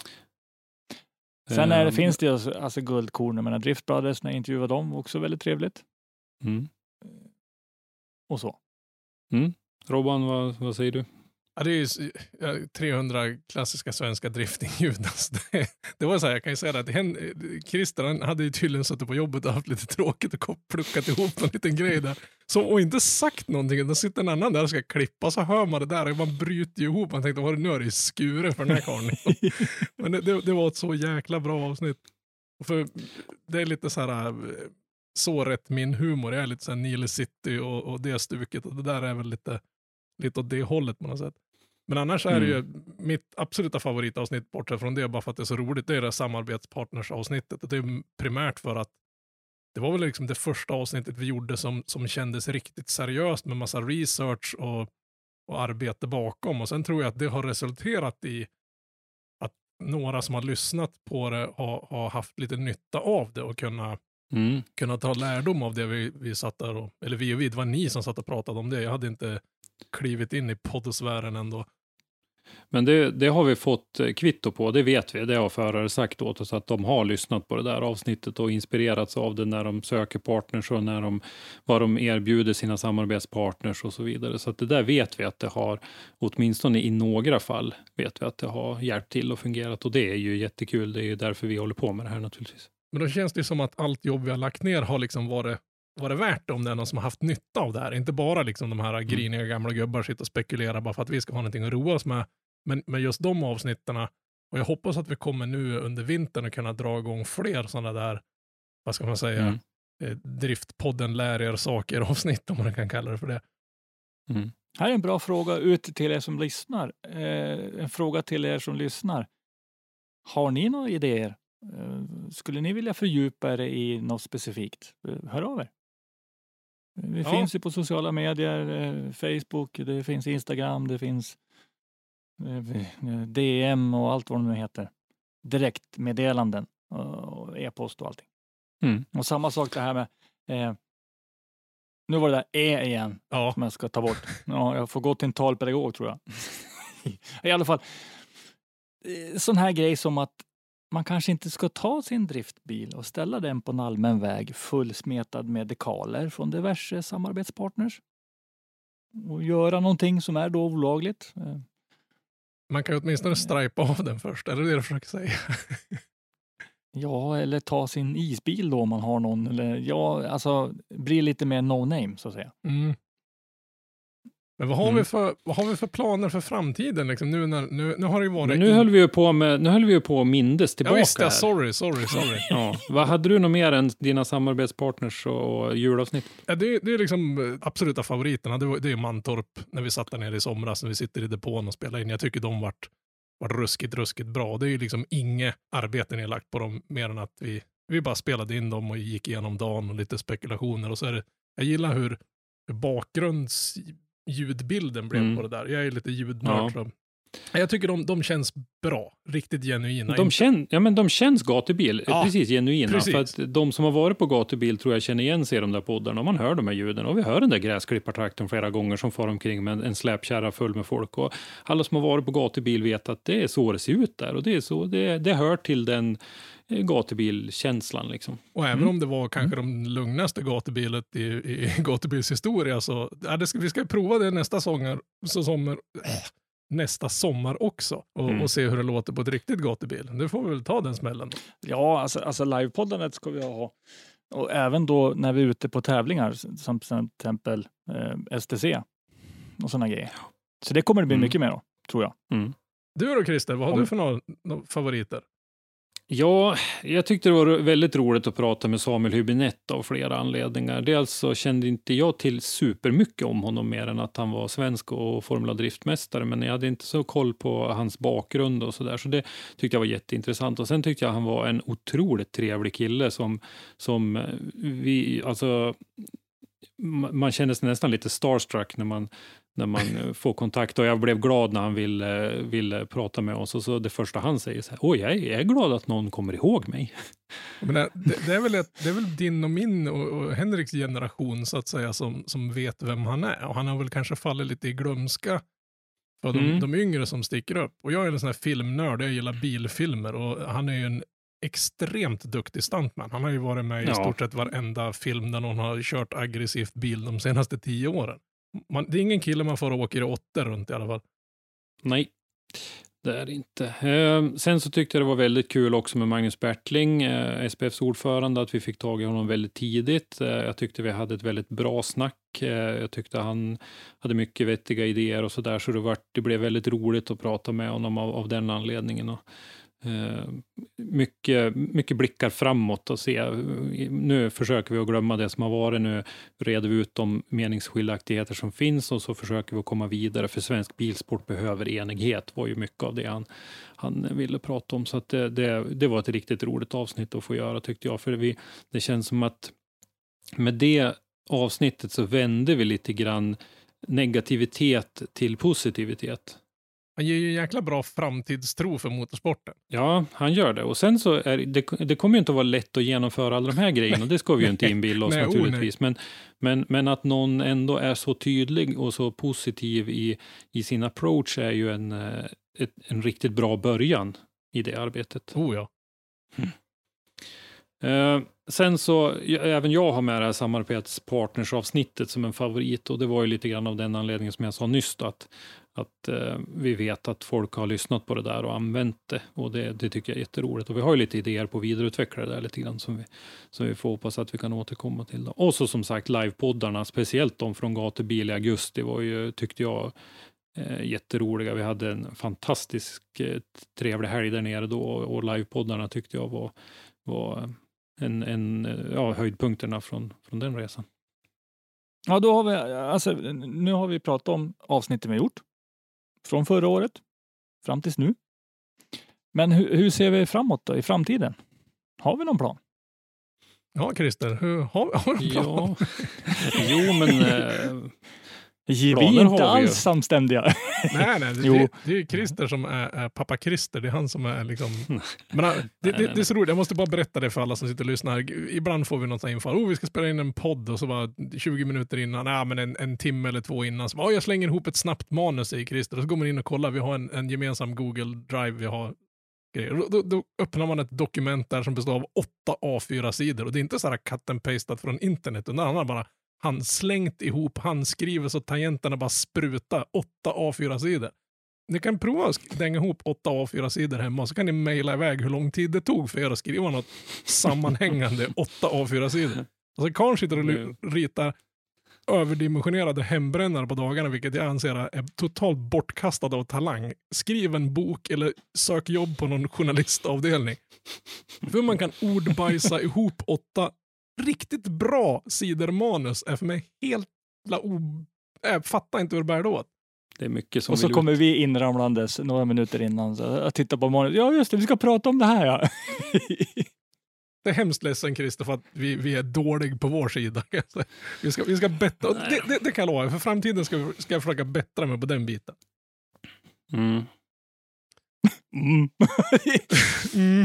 Sen är det, Ehm, finns det ju alltså, alltså guldkorn, jag menar Drift Brothers, när jag intervjuade dem, var också väldigt trevligt. Mm. Och så. Robban, vad, vad säger du? Ja, det är ju s- ja, trehundra klassiska svenska driftingljud. Alltså det, det var så här, jag kan ju säga det, att hen, Christer, han hade ju tydligen suttit på jobbet och haft lite tråkigt och kom- plockat ihop någon liten grej där. Så, och inte sagt någonting, då sitter en annan där och ska klippa, så hör man det där och man bryter ju ihop. Man tänkte, vad nu är det ju skuren för den här karln. Men det, det, det var ett så jäkla bra avsnitt. För det är lite så här, eh, så rätt min humor, jag är lite så här Nile City och, och det stuket, och det där är väl lite lite åt det hållet på något sätt. Men annars är det ju mitt absoluta favoritavsnitt, bortsett från det, bara för att det är så roligt, det är det samarbetspartnersavsnittet. Och det är primärt för att det var väl liksom det första avsnittet vi gjorde som, som kändes riktigt seriöst, med massa research och, och arbete bakom. Och sen tror jag att det har resulterat i att några som har lyssnat på det har, har haft lite nytta av det och kunna, Mm. kunna ta lärdom av det vi, vi satt där och, eller vi och vi, det var ni som satt och pratade om det. Jag hade inte klivit in i poddosfären ändå. Men det, det har vi fått kvitto på, det vet vi. Det har förare sagt åt oss, att de har lyssnat på det där avsnittet och inspirerats av det när de söker partners och när de, vad de erbjuder sina samarbetspartners och så vidare. Så att det där vet vi att det har, åtminstone i några fall, vet vi att det har hjälpt till och fungerat. Och det är ju jättekul, det är ju därför vi håller på med det här naturligtvis. Men då känns det som att allt jobb vi har lagt ner har liksom varit, varit värt det, om det är någon som har haft nytta av det här. Inte bara liksom de här griniga gamla gubbar sitter och spekulerar bara för att vi ska ha någonting att roa oss med. Men, men just de avsnittarna, och jag hoppas att vi kommer nu under vintern att kunna dra igång fler sådana där, vad ska man säga, Mm. eh, driftpodden lär er saker avsnitt, om man kan kalla det för det. Mm. Här är en bra fråga ut till er som lyssnar. Eh, en fråga till er som lyssnar. Har ni några idéer? Eh, skulle ni vilja fördjupa er i något specifikt? Eh, hör av er. Vi Ja. finns ju på sociala medier, eh, Facebook, det finns Instagram, det finns eh, D M och allt vad de nu heter. Direktmeddelanden och e-post och allting. Mm. Och samma sak det här med eh, nu var det där E igen Ja, som jag ska ta bort. Ja, jag får gå till en talpedagog tror jag. I alla fall, eh, sån här grej som att man kanske inte ska ta sin driftbil och ställa den på en allmän väg fullsmetad med dekaler från diverse samarbetspartners. Och göra någonting som är då olagligt. Eh, man kan ju åtminstone stripa av den först, eller det är det jag försöker säga. Ja, eller ta sin isbil då om man har någon. Eller, ja, alltså bli lite mer no-name så att säga. Mm. Men vad har, Mm. vi för, vad har vi för planer för framtiden? Liksom? Nu, när, nu, nu har det ju varit... Men nu höll vi ju på med, nu höll vi ju på att mindes Ja, tillbaka visst, ja, här. sorry, sorry, sorry. Ja. Vad hade du något mer än dina samarbetspartners och julavsnitt? Ja, det, det är liksom absoluta favoriterna. Det, var, det är Mantorp när vi satt där nere i somras, när vi sitter i depån och spelar in. Jag tycker de vart, vart ruskigt, ruskigt bra. Det är ju liksom inget arbete nedlagt på dem, mer än att vi, vi bara spelade in dem och gick igenom dagen och lite spekulationer. Och så är det, jag gillar hur, hur bakgrundsljudbilden blev Mm. på det där. Jag är lite ljudnörd. Ja. Så. Jag tycker de, de känns bra, riktigt genuina. De, känn, ja, men de känns gatubil, Ja, precis genuina. precis. För att de som har varit på gatubil tror jag känner igen sig i de där poddarna. Och man hör de här ljuden. Och vi hör den där gräsklippartraktorn flera gånger som far omkring med en, en släpkärra full med folk. Och alla som har varit på gatubil vet att det är så det ser ut där. Och det, är så, det, det hör till den eh, gatubilkänslan. Liksom. Och även Mm. om det var kanske de lugnaste gatubilet i, i gatubilshistoria, så ja, det ska, vi ska prova det nästa sommar, så sommar äh, nästa sommar också och, Mm. och se hur det låter på ett riktigt gatubil. Nu får vi väl ta den smällen då. Ja, alltså, alltså livepoddandet ska vi ha. Och även då när vi är ute på tävlingar, som till exempel eh, S T C och sådana grejer. Så det kommer det bli Mm. mycket mer då, tror jag. Mm. Du då Christer, vad har Om- du för några, några favoriter? Ja, jag tyckte det var väldigt roligt att prata med Samuel Hübinette av flera anledningar. Dels så kände inte jag till supermycket om honom mer än att han var svensk och Formula Driftmästare, men jag hade inte så koll på hans bakgrund och sådär, så det tyckte jag var jätteintressant. Och sen tyckte jag han var en otroligt trevlig kille som, som vi, alltså man kände sig nästan lite starstruck när man när man får kontakt, och jag blev glad när han ville, ville prata med oss, och så det första han säger så här: oj, jag är, jag är glad att någon kommer ihåg mig. Men det, det, är väl ett, det är väl din och min och, och Henriks generation så att säga som, som vet vem han är, och han har väl kanske fallit lite i glömska för de, Mm. de yngre som sticker upp. Och jag är en sån här filmnörd, jag gillar bilfilmer, och han är ju en extremt duktig stuntman. Han har ju varit med i Ja. stort sett varenda film där någon har kört aggressivt bil de senaste tio åren. Man, det är ingen kille man får åka i åttor runt i alla fall. Nej, det är det inte. Eh, sen så tyckte jag det var väldigt kul också med Magnus Bertling, eh, S P F:s ordförande, att vi fick tag i honom väldigt tidigt. Eh, jag tyckte vi hade ett väldigt bra snack. Eh, jag tyckte han hade mycket vettiga idéer och sådär, så det, var, det blev väldigt roligt att prata med honom av, av den anledningen. Och, eh, mycket, mycket blickar framåt och se. Nu försöker vi att glömma det som har varit. Nu reder vi ut de meningsskiljaktigheter som finns, och så försöker vi att komma vidare, för svensk bilsport behöver enighet, var ju mycket av det han, han ville prata om. Så att det, det, det var ett riktigt roligt avsnitt att få göra, tyckte jag, för vi, det känns som att med det avsnittet så vände vi lite grann negativitet till positivitet. Han ger ju jäkla bra framtidstro för motorsporten. Ja, han gör det. Och sen så är det, det kommer ju inte att vara lätt att genomföra alla de här grejerna. Det ska vi ju inte inbilla oss Nej, oh, naturligtvis. Men, men, men att någon ändå är så tydlig och så positiv i, i sin approach är ju en, ett, en riktigt bra början i det arbetet. Oh ja. Eh, sen så, även jag har med det här samarbetspartnersavsnittet som en favorit, och det var ju lite grann av den anledningen som jag sa nyss, att, att eh, vi vet att folk har lyssnat på det där och använt det, och det, det tycker jag är jätteroligt, och vi har ju lite idéer på att vidareutveckla det där lite grann som vi, som vi får hoppas att vi kan återkomma till. Då. Och så som sagt livepoddarna, speciellt de från Gatubil i augusti, var ju, tyckte jag, eh, jätteroliga. Vi hade en fantastisk eh, trevlig helg där nere då och livepoddarna tyckte jag var, var en, en ja, höjdpunkterna från, från den resan. Ja, då har vi, alltså, nu har vi pratat om avsnitten vi gjort från förra året fram tills nu. Men hur, hur ser vi framåt då, i framtiden? Har vi någon plan? Ja, Christer, hur, har, har du någon plan? Ja. Jo, men... Eh, vi är inte alls samstämdiga. Nej, nej, det, Jo. det, det är Christer som är, är pappa Christer. Det är han som är liksom... Men det, det, det är så roligt, jag måste bara berätta det för alla som sitter och lyssnar. Ibland får vi något info. Oh, vi ska spela in en podd och så bara tjugo minuter innan, nej, men en, en timme eller två innan. Så bara, oh, jag slänger ihop ett snabbt manus, säger Christer. Och så går man in och kollar, vi har en, en gemensam Google Drive, vi har grejer. Då, då, då öppnar man ett dokument där som består av åtta A fyra sidor. Och det är inte så här cut and pastat från internet, utan han har bara han slängt ihop, handskriver så tangenterna bara sprutar åtta A fyra sidor. Ni kan prova att dänga ihop åtta A fyra sidor hemma, så kan ni mejla iväg hur lång tid det tog för er att skriva något sammanhängande åtta A fyra sidor. Alltså Karl sitter och ritar överdimensionerade hembrännare på dagarna, vilket jag anser är totalt bortkastad av talang. Skriv en bok eller sök jobb på någon journalistavdelning. För man kan ordbajsa ihop åtta riktigt bra sidor manus är för mig helt o... Jag fattar inte hur det bär då. Det är mycket som och så vill kommer ut. vi inramlandes några minuter innan så jag tittar på manus. Ja just det, vi ska prata om det här. Ja. Det är hemskt ledsen, Christer, för att vi, vi är dåliga på vår sida. Vi ska, vi ska bättra. Det, det, det kan jag lova. För framtiden ska, vi, ska jag försöka bättra mig på den biten. Mm. Mm. mm.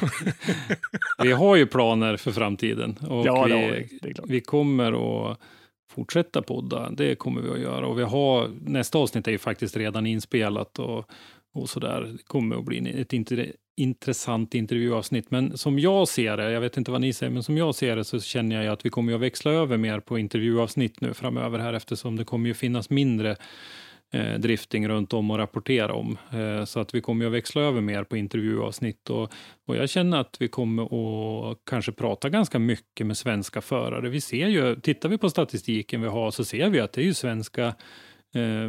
Vi har ju planer för framtiden. Och Ja, vi, det har vi. Det är klart. vi kommer att fortsätta podda. Det kommer vi att göra. Och vi har, nästa avsnitt är ju faktiskt redan inspelat och, och sådär. Det kommer att bli ett inter, intressant intervjuavsnitt. Men som jag ser det, jag vet inte vad ni säger, men som jag ser det så känner jag att vi kommer att växla över mer på intervjuavsnitt nu framöver här, eftersom det kommer ju finnas mindre eh, drifting runt om och rapportera om. Eh, så att vi kommer att växla över mer på intervjuavsnitt och, och jag känner att vi kommer att kanske prata ganska mycket med svenska förare. Vi ser ju, tittar vi på statistiken vi har så ser vi att det är ju svenska Eh,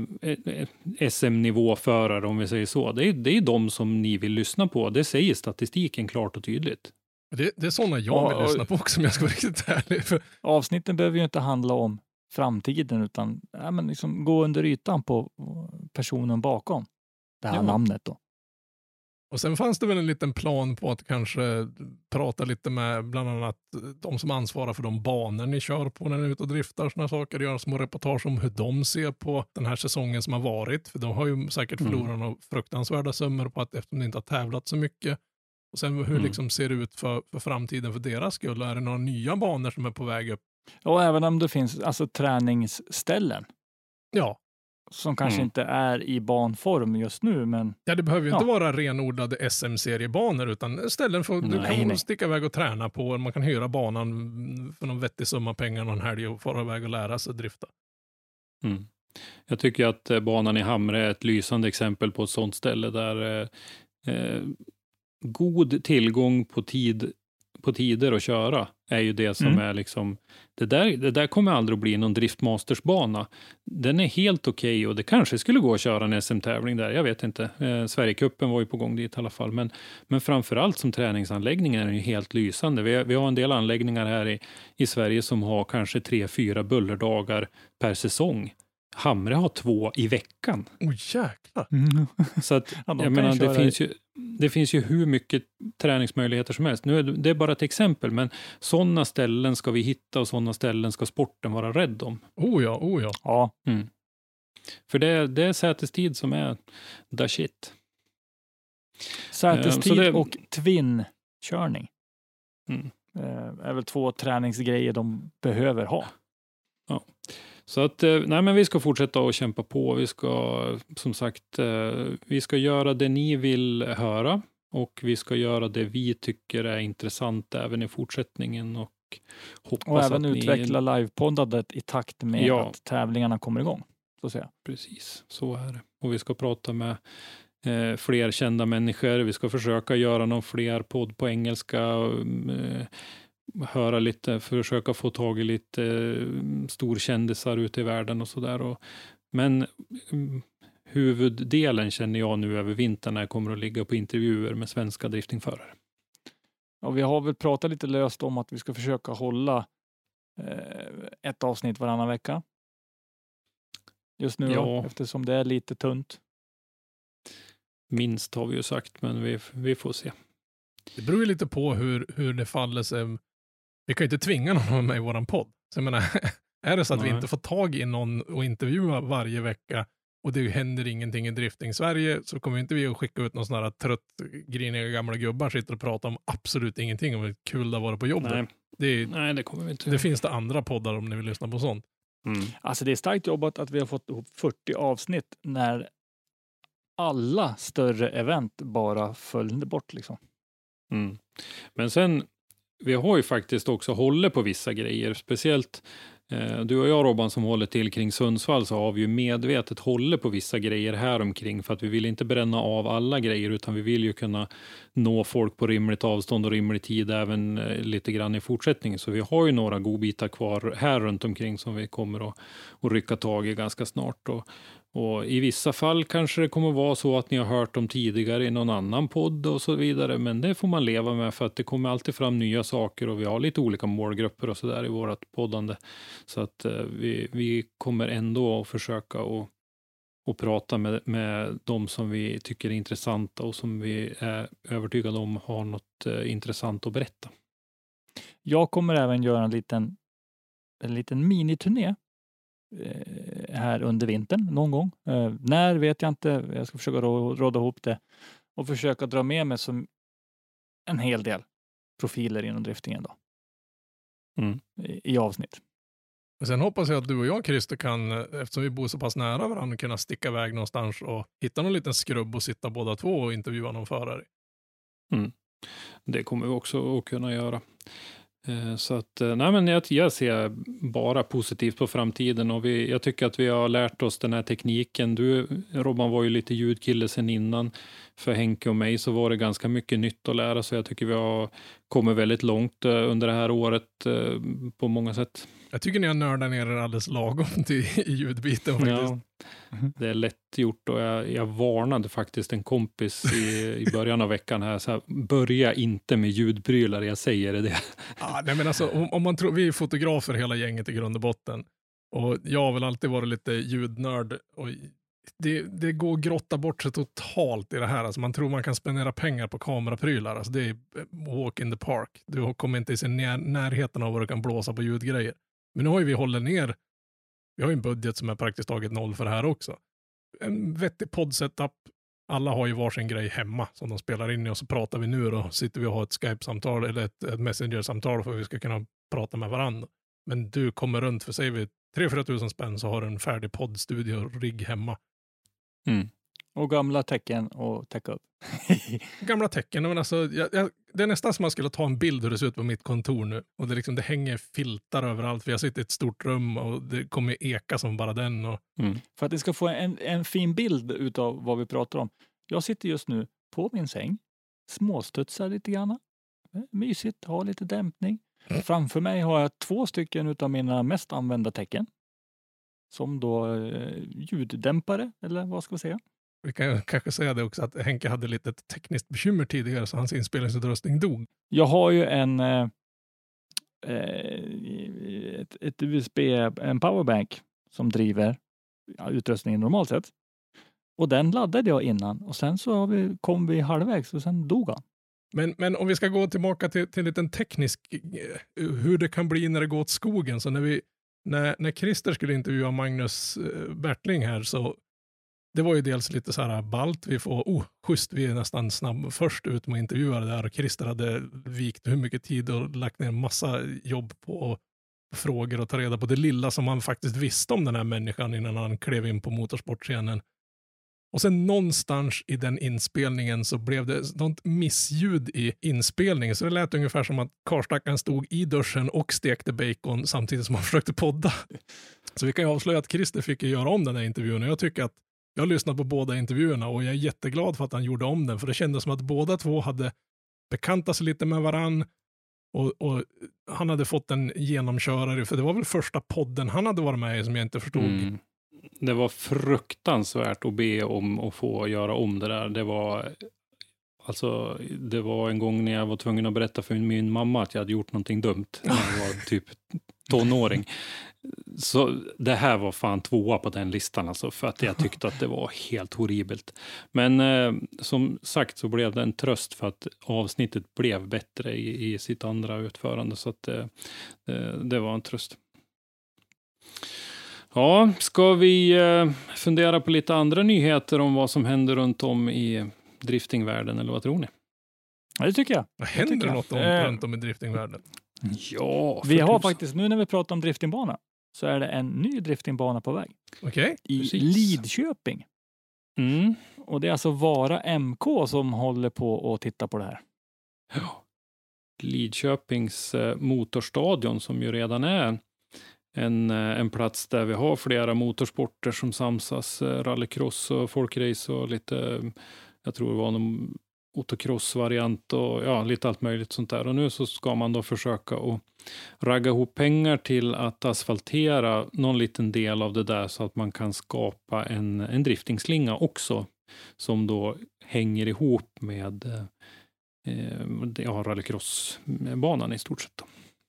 S M-nivåförare, om vi säger så. Det är, det är de som ni vill lyssna på. Det säger statistiken klart och tydligt. Det, det är sådana jag vill Ja, lyssna på också, om jag ska vara riktigt ärlig. För... Avsnitten behöver ju inte handla om framtiden utan ja, men liksom gå under ytan på personen bakom det här Ja. namnet då. Och sen fanns det väl en liten plan på att kanske prata lite med bland annat de som ansvarar för de banor ni kör på när ni är ute och driftar, såna saker, göra små reportage om hur de ser på den här säsongen som har varit, för de har ju säkert förlorat mm. några fruktansvärda summor på att eftersom de inte har tävlat så mycket. Och sen hur mm. liksom ser det ut för, för framtiden för deras skull. Är det några nya banor som är på väg upp? Och även om det finns alltså träningsställen. Ja. Som kanske Mm. inte är i banform just nu, men... Ja, det behöver ju ja. inte vara renodlade S M-seriebanor, utan ställen för du Nej, kan nej. sticka iväg och träna på. Man kan hyra banan för någon vettig summa pengar någon helg och fara iväg och lära sig drifta. Mm. Jag tycker att eh, banan i Hamre är ett lysande exempel på ett sånt ställe där eh, eh, god tillgång på tid på tider att köra är ju det som Mm. är liksom det där, det där kommer aldrig att bli någon driftmastersbana. Den är helt okej okay och det kanske skulle gå att köra en S M-tävling där, jag vet inte. Eh, Sverigecupen var ju på gång dit i alla fall, men, men framförallt som träningsanläggning är den ju helt lysande. Vi, vi har en del anläggningar här i, i Sverige som har kanske tre, fyra bullerdagar per säsong. Hamre har två i veckan. Oj, oh, jäklar. Mm. Så att, Ja, de jag kan menar, köra det finns, ju, det finns ju hur mycket träningsmöjligheter som helst. Nu är det, det är bara ett exempel, men sådana ställen ska vi hitta och sådana ställen ska sporten vara rädd om. Oh ja, oh ja. Ja. Mm. För det, det är sätestid som är the shit. Sätestid Eh, så det- och twin-körning. Mm. Eh, är väl två träningsgrejer de behöver ha. Så att, eh, nej men vi ska fortsätta att kämpa på. Vi ska, som sagt, eh, vi ska göra det ni vill höra och vi ska göra det vi tycker är intressant även i fortsättningen och hoppas Och även att utveckla ni... livepoddandet i takt med Ja. att tävlingarna kommer igång. Så att säga. Precis, så är det. Och vi ska prata med eh, fler kända människor. Vi ska försöka göra någon fler podd på engelska. Eh, höra lite, försöka få tag i lite eh, storkändisar ute i världen och sådär. Men mm, huvuddelen känner jag nu över vintern när jag kommer att ligga på intervjuer med svenska driftingförare. Ja, vi har väl pratat lite löst om att vi ska försöka hålla eh, ett avsnitt varannan vecka. Just nu Ja. då, eftersom det är lite tunt. Minst har vi ju sagt, men vi, vi får se. Det beror ju lite på hur, hur det faller sig. Vi kan ju inte tvinga någon med i våran podd. Så jag menar, är det så att Nej. vi inte får tag i någon och intervjua varje vecka och det händer ingenting i drifting Sverige, så kommer inte vi att skicka ut någon sån här trött, griniga gamla gubbar sitter och pratar om absolut ingenting om hur kul det har varit på jobbet. Nej. Det, är, Nej, det kommer vi inte. det finns det andra poddar om ni vill lyssna på sånt. Mm. Alltså det är starkt jobbat att vi har fått ihop fyrtio avsnitt när alla större event bara följde bort liksom. Mm. Men sen, vi har ju faktiskt också hållit på vissa grejer, speciellt eh, du och jag Robban som håller till kring Sundsvall, så har vi ju medvetet hållit på vissa grejer här omkring för att vi vill inte bränna av alla grejer, utan vi vill ju kunna nå folk på rimligt avstånd och rimlig tid även eh, lite grann i fortsättningen. Så vi har ju några godbitar kvar här runt omkring som vi kommer att, att rycka tag i ganska snart. Och, och i vissa fall kanske det kommer vara så att ni har hört dem tidigare i någon annan podd och så vidare, men det får man leva med för att det kommer alltid fram nya saker och vi har lite olika målgrupper och så där i vårt poddande. Så att eh, vi, vi kommer ändå att försöka att och prata med, med de som vi tycker är intressanta och som vi är övertygade om har något eh, intressant att berätta. Jag kommer även göra en liten, en liten miniturné eh, här under vintern någon gång. Eh, när vet jag inte. Jag ska försöka rå, råda ihop det och försöka dra med mig som en hel del profiler inom driftingen då. Mm. I, i avsnitt. Men sen hoppas jag att du och jag, Christer, kan, eftersom vi bor så pass nära varandra, kunna sticka iväg någonstans och hitta någon liten skrubb och sitta båda två och intervjua någon förare. Mm. Det kommer vi också att kunna göra. Eh, så att, eh, nej men jag, jag ser bara positivt på framtiden och vi, jag tycker att vi har lärt oss den här tekniken. Du, Robban, var ju lite ljudkille sen innan. För Henke och mig så var det ganska mycket nytt att lära, så jag tycker vi har kommit väldigt långt eh, under det här året eh, på många sätt. Jag tycker ni har nördat ner er alldeles lagom till i ljudbiten faktiskt. Ja, det är lätt gjort och jag, jag varnade faktiskt en kompis i, i början av veckan här, så här, börja inte med ljudprylar, jag säger det. Ja, nej men alltså, om, om man tror, vi är fotografer hela gänget i grund och botten. Och jag har väl alltid varit lite ljudnörd och det, det går att grotta bort sig totalt i det här. Alltså man tror man kan spendera pengar på kameraprylar. Alltså det är walk in the park. Du kommer inte i sin när, närheten av vad du kan blåsa på ljudgrejer. Men nu har ju vi hållit ner, vi har ju en budget som är praktiskt taget noll för det här också. En vettig podd-setup, alla har ju varsin grej hemma som de spelar in i och så pratar vi nu då, sitter vi och har ett Skype-samtal eller ett, ett Messenger-samtal för att vi ska kunna prata med varandra. Men du kommer runt för, säger vi, tre till fyra tusen spänn så har du en färdig poddstudio-rigg hemma. Mm. Och gamla tecken och täcka upp. Gamla tecken, men alltså, jag, jag, det är nästan som man skulle ta en bild hur det ser ut på mitt kontor nu. Och det, liksom, det hänger filtar överallt, för jag sitter i ett stort rum och det kommer eka som bara den. Och... Mm. För att det ska få en, en fin bild utav vad vi pratar om. Jag sitter just nu på min säng, småstudsar lite grann. Mysigt, har lite dämpning. Mm. Framför mig har jag två stycken utav mina mest använda tecken. Som då eh, ljuddämpare, eller vad ska vi säga? Vi kan kanske säga det också att Henke hade lite ett tekniskt bekymmer tidigare så hans inspelningsutrustning dog. Jag har ju en eh, ett, ett U S B, en powerbank som driver ja, utrustningen normalt sett. Och den laddade jag innan och sen så har vi, kom vi halvvägs och sen dog han. Men, men om vi ska gå tillbaka till, till en liten teknisk hur det kan bli när det går åt skogen. Så när vi när, när Christer skulle intervjua Magnus Bertling här så det var ju dels lite så här ballt. Vi får, oh, schysst, vi är nästan snabb först ut med att intervjua det där. Och Christer hade vikt hur mycket tid och lagt ner en massa jobb på frågor och ta reda på det lilla som han faktiskt visste om den här människan innan han klev in på motorsportscenen. Och sen någonstans i den inspelningen så blev det något missljud i inspelningen. Så det lät ungefär som att karlstackaren stod i duschen och stekte bacon samtidigt som han försökte podda. Så vi kan ju avslöja att Christer fick göra om den här intervjun. Och jag tycker att jag har lyssnat på båda intervjuerna och jag är jätteglad för att han gjorde om den. För det kändes som att båda två hade bekantat sig lite med varann. Och, och han hade fått en genomkörare. För det var väl första podden han hade varit med i som jag inte förstod. Mm. det var fruktansvärt att be om att få göra om det där. Det var, alltså, det var en gång när jag var tvungen att berätta för min mamma att jag hade gjort någonting dumt när jag var typ tonåring. Så det här var fan tvåa på den listan alltså, för att jag tyckte att det var helt horribelt. Men eh, som sagt så blev det en tröst för att avsnittet blev bättre i, i sitt andra utförande, så att eh, det, det var en tröst. Ja, ska vi eh, fundera på lite andra nyheter om vad som händer runt om i driftingvärlden, eller vad tror ni? Ja, det tycker jag. Vad händer jag. något om, Eh, runt om i driftingvärlden? Ja, Vi har tusen. faktiskt, nu när vi pratar om driftingbana, så är det en ny driftingbana på väg. Okej. Okay. I Precis. Lidköping. Mm. Och det är alltså Vara M K som håller på att titta på det här. Ja. Lidköpings eh, motorstadion, som ju redan är en, eh, en plats där vi har flera motorsporter som samsas. Eh, rallycross och folkrace och lite, eh, jag tror det var någon autocross-variant och ja, lite allt möjligt sånt där. Och nu så ska man då försöka att ragga ihop pengar till att asfaltera någon liten del av det där, så att man kan skapa en, en driftingslinga också, som då hänger ihop med eh, ja, rallycross-banan i stort sett då.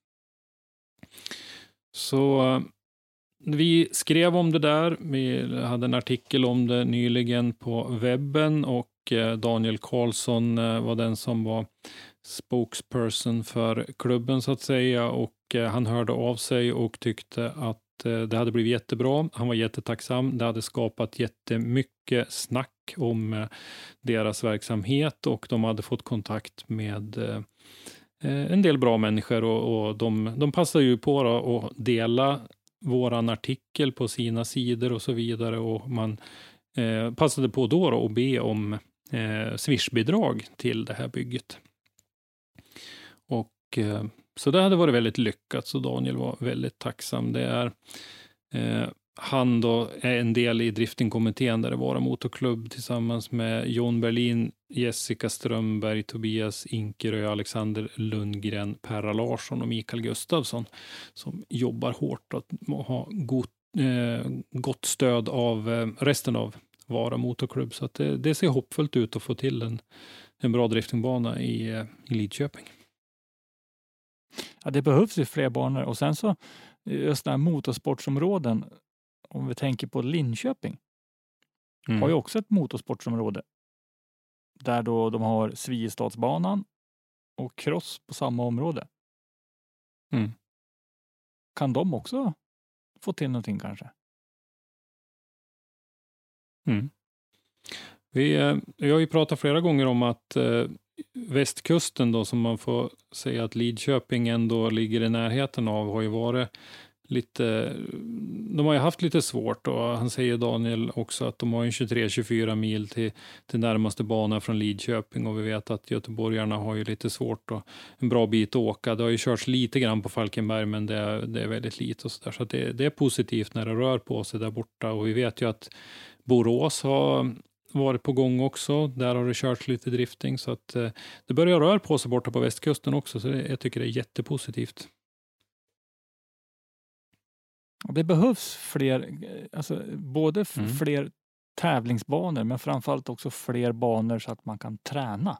Så vi skrev om det där. Vi hade en artikel om det nyligen på webben, och Daniel Karlsson var den som var spokesperson för klubben så att säga, och han hörde av sig och tyckte att det hade blivit jättebra. Han var jättetacksam. Det hade skapat jättemycket snack om deras verksamhet, och de hade fått kontakt med en del bra människor, och, och de, de passade ju på då att dela våran artikel på sina sidor och så vidare, och man eh, passade på då, då att be om eh, Swish-bidrag till det här bygget. Och eh, så det hade varit väldigt lyckat, så Daniel var väldigt tacksam. Det är eh, han då är en del i driftingkommittén där det var motorklubb tillsammans med John Berlin, Jessica Strömberg, Tobias Inkerö, Alexander Lundgren, Perra Larsson och Mikael Gustafsson, som jobbar hårt att ha gott, eh, gott stöd av eh, resten av Vara motorklubb. Så att det, det ser hoppfullt ut att få till en, en bra driftingbana i, eh, i Lidköping. Ja, det behövs ju fler banor, och sen så just den här motorsportsområden, om vi tänker på Linköping, Mm. har ju också ett motorsportsområde där då de har Sviestadsbanan och cross på samma område. Mm. Kan de också få till någonting kanske? Mm. Vi, eh, jag har ju pratat flera gånger om att eh, västkusten då, som man får säga att Lidköping ändå ligger i närheten av, har ju varit lite, de har ju haft lite svårt, och han säger Daniel också att de har en tjugotre till tjugofyra mil till, till närmaste bana från Lidköping, och vi vet att göteborgarna har ju lite svårt och en bra bit att åka. Det har ju körts lite grann på Falkenberg, men det är, det är väldigt lite och så där, så att det, det är positivt när det rör på sig där borta. Och vi vet ju att Borås har varit på gång också. Där har det körts lite drifting, så att eh, det börjar röra på sig borta på västkusten också, så det, jag tycker det är jättepositivt. Det behövs fler, alltså både f- Mm. fler tävlingsbanor, men framförallt också fler banor så att man kan träna.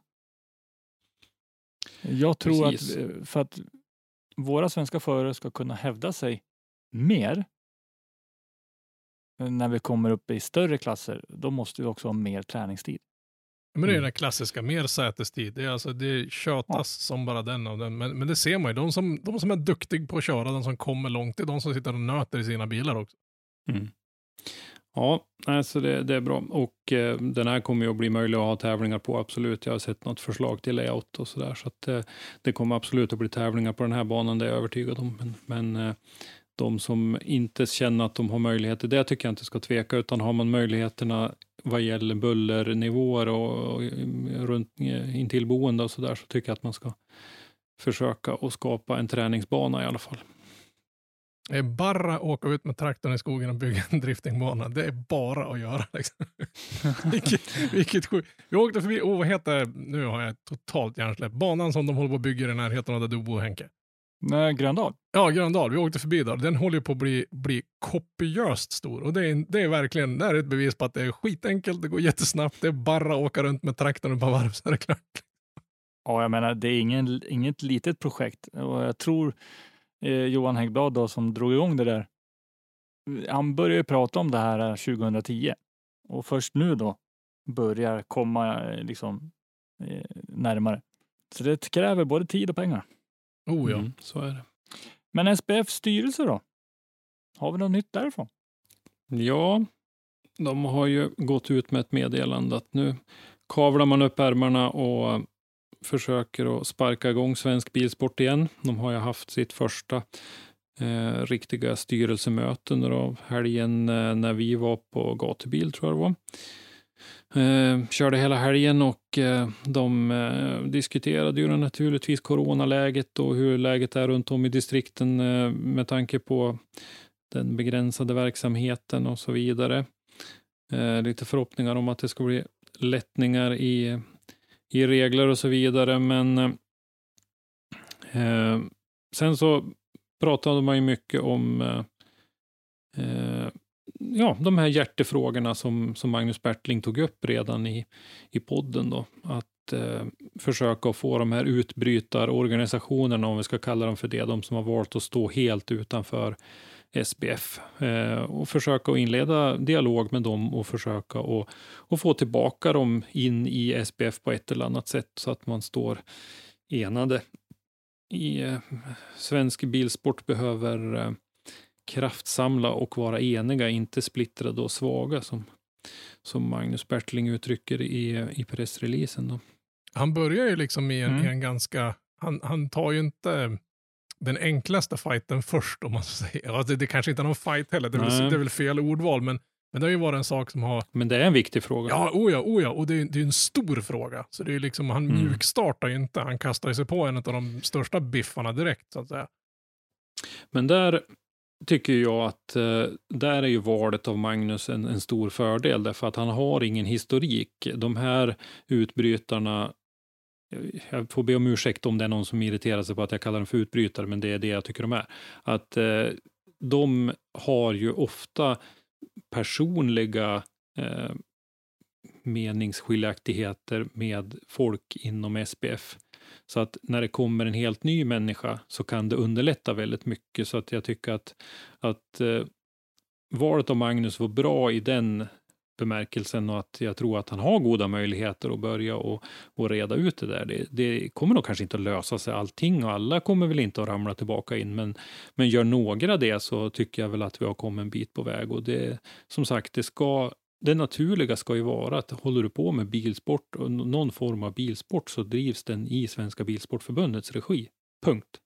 Jag tror Precis. att eh, för att våra svenska förare ska kunna hävda sig mer eh, när vi kommer upp i större klasser, då måste vi också ha mer träningstid. Men det är Mm. den klassiska, mer sätestid. Det är alltså, det tjötas Ja. som bara den av den. Men, men det ser man ju, de som, de som är duktiga på att köra, de som kommer långt, det är de som sitter och nöter i sina bilar också. Mm. Ja, alltså det, det är bra. Och eh, den här kommer ju att bli möjlig att ha tävlingar på, absolut. Jag har sett något förslag till layout och sådär, så att eh, det kommer absolut att bli tävlingar på den här banan, det är jag övertygad om. Men, men eh, de som inte känner att de har möjligheter, det tycker jag inte ska tveka, utan har man möjligheterna vad gäller bullernivåer och, och runt intill boende och sådär, så tycker jag att man ska försöka att skapa en träningsbana i alla fall. Det är bara att åka ut med traktorn i skogen och bygga en driftingbana. Det är bara att göra. Liksom. vilket, vilket sjukt. Vi åkte förbi, oh, vad heter, nu har jag totalt hjärnsläpp, banan som de håller på att bygga i närheten av där du bor, Henke. Nej, Gröndal. Ja, Gröndal. Vi åkte förbi där. Den håller ju på att bli, bli kopiöst stor. Och det är, det är verkligen, det är ett bevis på att det är skitenkelt, det går jättesnabbt, det är bara att åka runt med traktorn ett par varv så är det klart. Ja, jag menar, det är ingen, inget litet projekt. Och jag tror eh, Johan Häggblad då, som drog igång det där, han började prata om det här tjugohundratio. Och först nu då börjar komma eh, liksom eh, närmare. Så det kräver både tid och pengar. Oh ja, Mm, så är det. Men S B F:s styrelse då? Har vi något nytt därifrån? Ja, de har ju gått ut med ett meddelande att nu kavlar man upp ärmarna och försöker att sparka igång svensk bilsport igen. De har ju haft sitt första eh, riktiga styrelsemöte under av helgen eh, när vi var på gatubil, tror jag det var. Eh, körde hela helgen och eh, de eh, diskuterade ju naturligtvis coronaläget och hur läget är runt om i distrikten eh, med tanke på den begränsade verksamheten och så vidare. Eh, lite förhoppningar om att det ska bli lättningar i, i regler och så vidare, men eh, sen så pratade man ju mycket om eh, ja, de här hjärtefrågorna som, som Magnus Bertling tog upp redan i, i podden då. Att eh, försöka få de här utbrytarorganisationerna, om vi ska kalla dem för det, de som har valt att stå helt utanför S B F. Eh, och försöka att inleda dialog med dem och försöka att och få tillbaka dem in i S B F på ett eller annat sätt så att man står enade. I eh, svensk bilsport behöver eh, kraftsamla och vara eniga, inte splittrade och svaga som, som Magnus Bertling uttrycker i, i pressreleasen då. Han börjar ju liksom i en, Mm. i en ganska, han, han tar ju inte den enklaste fighten först, om man så säger. Alltså det, det kanske inte är någon fight heller, det är, väl, det är väl fel ordval, men, men det har ju varit en sak som har... Men det är en viktig fråga. Ja, oh ja, oh ja, och det är, det är en stor fråga. Så det är liksom, han Mm. mjukstartar ju inte, han kastar sig på en av de största biffarna direkt, så att säga. Men där tycker jag att eh, där är ju valet av Magnus en, en stor fördel, därför att han har ingen historik. De här utbrytarna, jag får be om ursäkt om det är någon som irriterar sig på att jag kallar dem för utbrytare, men det är det jag tycker de är. Att eh, de har ju ofta personliga eh, meningsskiljaktigheter med folk inom S B F. Så att när det kommer en helt ny människa så kan det underlätta väldigt mycket. Så att jag tycker att, att eh, valet av Magnus var bra i den bemärkelsen, och att jag tror att han har goda möjligheter att börja och, och reda ut det där. Det, det kommer nog kanske inte att lösa sig allting, och alla kommer väl inte att ramla tillbaka in, men, men gör några det så tycker jag väl att vi har kommit en bit på väg. Och det, som sagt, det ska det naturliga ska ju vara att håller du på med bilsport och någon form av bilsport, så drivs den i Svenska Bilsportförbundets regi. Punkt.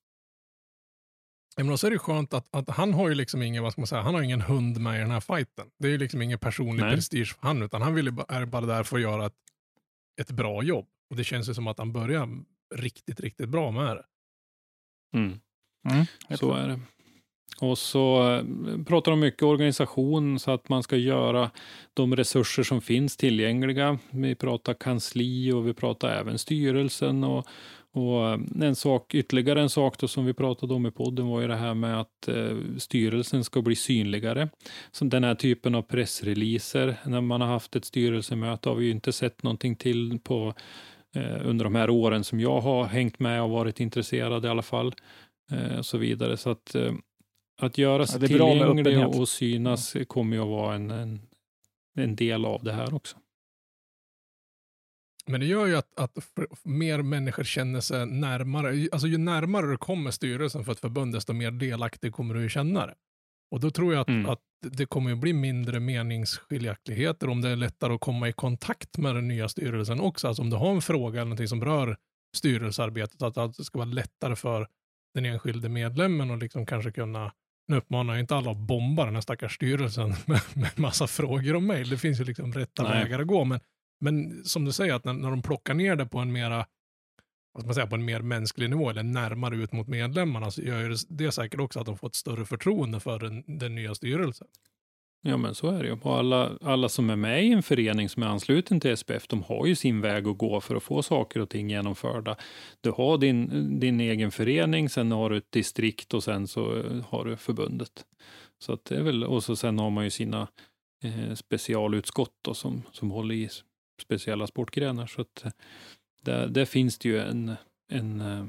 Men så är det skönt att, att han har ju liksom ingen, vad ska man säga, han har ingen hund med i den här fighten. Det är ju liksom ingen personlig Nej. prestige för han, utan han vill ju bara, är bara där för att göra ett, ett bra jobb. Och det känns ju som att han börjar riktigt, riktigt bra med det. Mm. Mm. Så är det. Och så eh, pratar de mycket organisation, så att man ska göra de resurser som finns tillgängliga. Vi pratar kansli och vi pratar även styrelsen. Och, och en sak, ytterligare en sak då som vi pratade om i podden var ju det här med att eh, styrelsen ska bli synligare. Så den här typen av pressreleaser, när man har haft ett styrelsemöte, har vi ju inte sett någonting till på eh, under de här åren som jag har hängt med och varit intresserad i alla fall. Eh, så vidare. Så att eh, Att göra sig ja, det är bra med tillgänglig öppenhet. och synas kommer ju att vara en, en, en del av det här också. Men det gör ju att, att mer människor känner sig närmare. Alltså ju närmare du kommer styrelsen för ett förbund, desto mer delaktig kommer du ju känna det. Och då tror jag att, Mm. att det kommer att bli mindre meningsskiljaktigheter om det är lättare att komma i kontakt med den nya styrelsen också. Alltså om du har en fråga eller någonting som rör styrelsearbetet, att, att det ska vara lättare för den enskilde medlemmen och liksom kanske kunna, nu uppmanar jag inte alla att bomba den här stackars styrelsen med, med massa frågor och mejl. Det finns ju liksom rätta Nej. vägar att gå, men, men som du säger, att när, när de plockar ner det på en mera, vad ska man säga, på en mer mänsklig nivå eller närmare ut mot medlemmarna, så gör det, det säkert också att de får ett större förtroende för den, den nya styrelsen. Ja, men så är det ju. Och alla, alla som är med i en förening som är ansluten till S P F, de har ju sin väg att gå för att få saker och ting genomförda. Du har din, din egen förening, sen har du ett distrikt och sen så har du förbundet. Så att det är väl, och så sen har man ju sina eh, specialutskott då, som, som håller i speciella sportgrenar. Så att där, där finns det ju en, en, eh,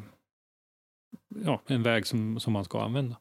ja, en väg som, som man ska använda.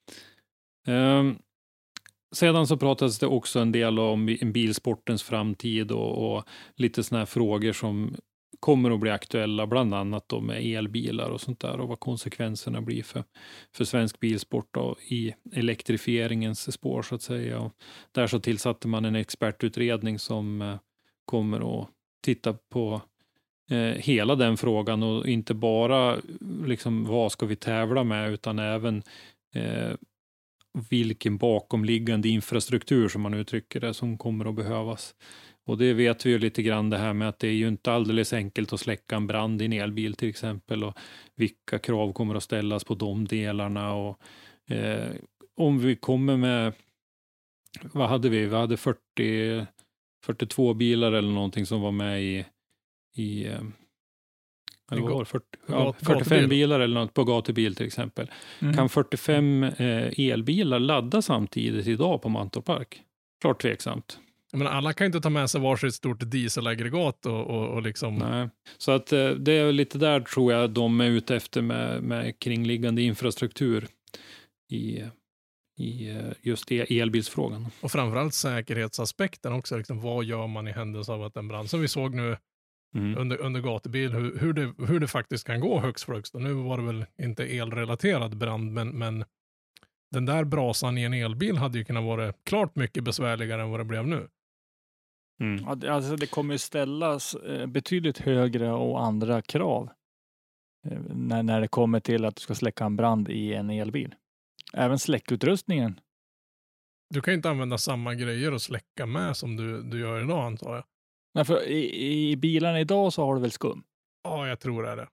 Um, Sedan så pratades det också en del om bilsportens framtid och, och lite såna här frågor som kommer att bli aktuella, bland annat då med elbilar och sånt där och vad konsekvenserna blir för, för svensk bilsport då, i elektrifieringens spår så att säga. Och där så tillsatte man en expertutredning som eh, kommer att titta på eh, hela den frågan och inte bara liksom vad ska vi tävla med utan även eh, vilken bakomliggande infrastruktur som man uttrycker det som kommer att behövas. Och det vet vi ju lite grann det här med att det är ju inte alldeles enkelt att släcka en brand i en elbil till exempel och vilka krav kommer att ställas på de delarna och eh, om vi kommer med vad hade vi? Vi hade fyrtio, fyrtiotvå bilar eller någonting som var med i i eh, eller vad var det? fyrtio, ja, fyrtiofem bilar eller något på gatubil till exempel. Mm. Kan fyrtiofem eh, elbilar ladda samtidigt idag på Mantorp Park? Klart tveksamt. Jag menar, alla kan inte ta med sig varsitt stort dieselaggregat och, och, och liksom... Nej, så att eh, det är lite där tror jag de är ute efter med, med kringliggande infrastruktur i, i just det elbilsfrågan. Och framförallt säkerhetsaspekten också. Liksom, vad gör man i händelse av att en brand som vi såg nu Mm. Under, under gatubil, hur, hur, det, hur det faktiskt kan gå högst flögst. Nu var det väl inte elrelaterad brand, men, men den där brasan i en elbil hade ju kunnat vara klart mycket besvärligare än vad det blev nu. Mm. Ja, alltså det kommer ju ställas betydligt högre och andra krav när, när det kommer till att du ska släcka en brand i en elbil. Även släckutrustningen. Du kan ju inte använda samma grejer och släcka med som du, du gör idag antar jag. Nej, för i, i bilarna idag så har du väl skum? Ja, jag tror det är det.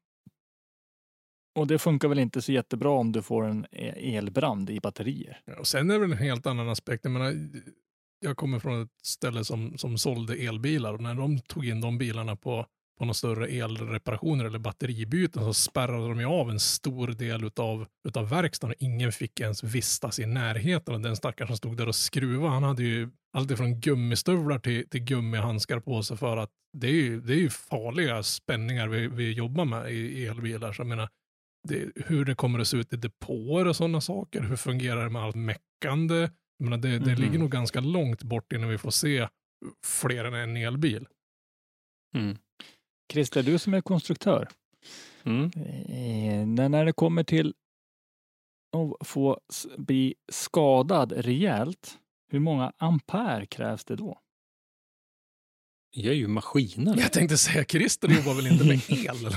Och det funkar väl inte så jättebra om du får en elbrand i batterier. Ja, och sen är det väl en helt annan aspekt. Jag menar, jag kommer från ett ställe som, som sålde elbilar och när de tog in de bilarna på, på några större elreparationer eller batteribyten så spärrade de ju av en stor del utav, utav verkstaden och ingen fick ens vistas i närheten och den stackaren som stod där och skruvade, han hade ju allt ifrån gummistövlar till, till gummihandskar på sig för att det är ju, det är ju farliga spänningar vi, vi jobbar med i, i elbilar. Så jag menar, det, hur det kommer att se ut i depåer och sådana saker, hur fungerar det med allt meckande? Jag menar, det, det mm. ligger nog ganska långt bort innan vi får se fler än en elbil. Mm. Christer, du som är konstruktör. Mm. Eh, när det kommer till att få bli skadad rejält, hur många ampere krävs det då? Jag är ju maskiner. Jag tänkte säga, Christer jobbar väl inte med el?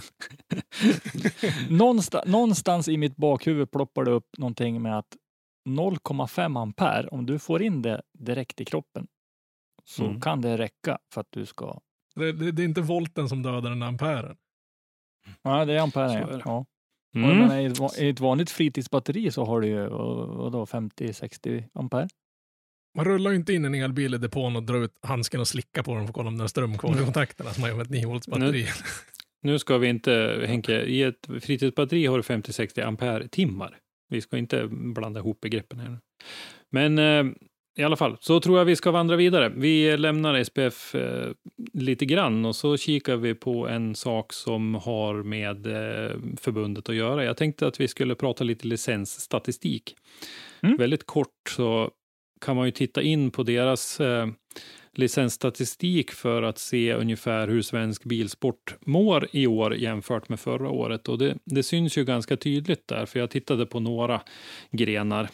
någonstans, någonstans i mitt bakhuvud ploppar det upp någonting med att noll komma fem ampere, om du får in det direkt i kroppen så mm. kan det räcka för att du ska... Det, det, det är inte volten som dödar den amperen. Ja, det är amperen. Är det. Ja. Mm. Och menar, i, ett, I ett vanligt fritidsbatteri så har du ju och då femtio sextio ampere. Man rullar ju inte in en elbil i depån och drar ut handsken och slickar på den för att kolla om den har ström kvar i kontakterna som man gör med ett nio volts batteri. Nu, nu ska vi inte, Henke, i ett fritidsbatteri har du femtio sextio ampere timmar. Vi ska inte blanda ihop begreppen här. Men eh, i alla fall, så tror jag vi ska vandra vidare. Vi lämnar S P F eh, lite grann och så kikar vi på en sak som har med eh, förbundet att göra. Jag tänkte att vi skulle prata lite licensstatistik. Mm. Väldigt kort så kan man ju titta in på deras eh, licensstatistik för att se ungefär hur svensk bilsport mår i år jämfört med förra året. Och det, det syns ju ganska tydligt där, för jag tittade på några grenar.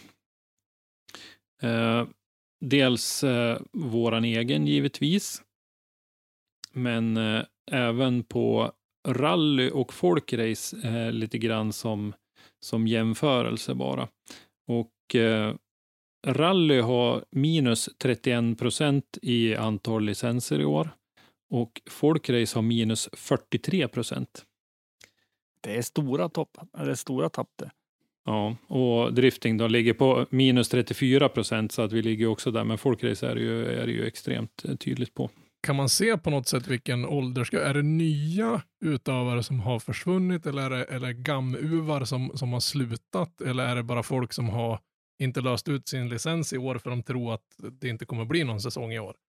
Eh, dels eh, våran egen givetvis, men eh, även på rally och folkrace eh, lite grann som, som jämförelse bara. Och eh, rally har minus trettioen procent i antal licenser i år och folkrace har minus fyrtiotre procent. Det är stora topp, det är stora tapp det. Ja, och drifting då ligger på minus trettiofyra procent, så att vi ligger också där. Men folkrace är det ju, är det ju extremt tydligt på. Kan man se på något sätt vilken ålder, är det nya utövare som har försvunnit, eller är det, eller gamuvar som, som har slutat, eller är det bara folk som har inte löst ut sin licens i år för de tror att det inte kommer bli någon säsong i år?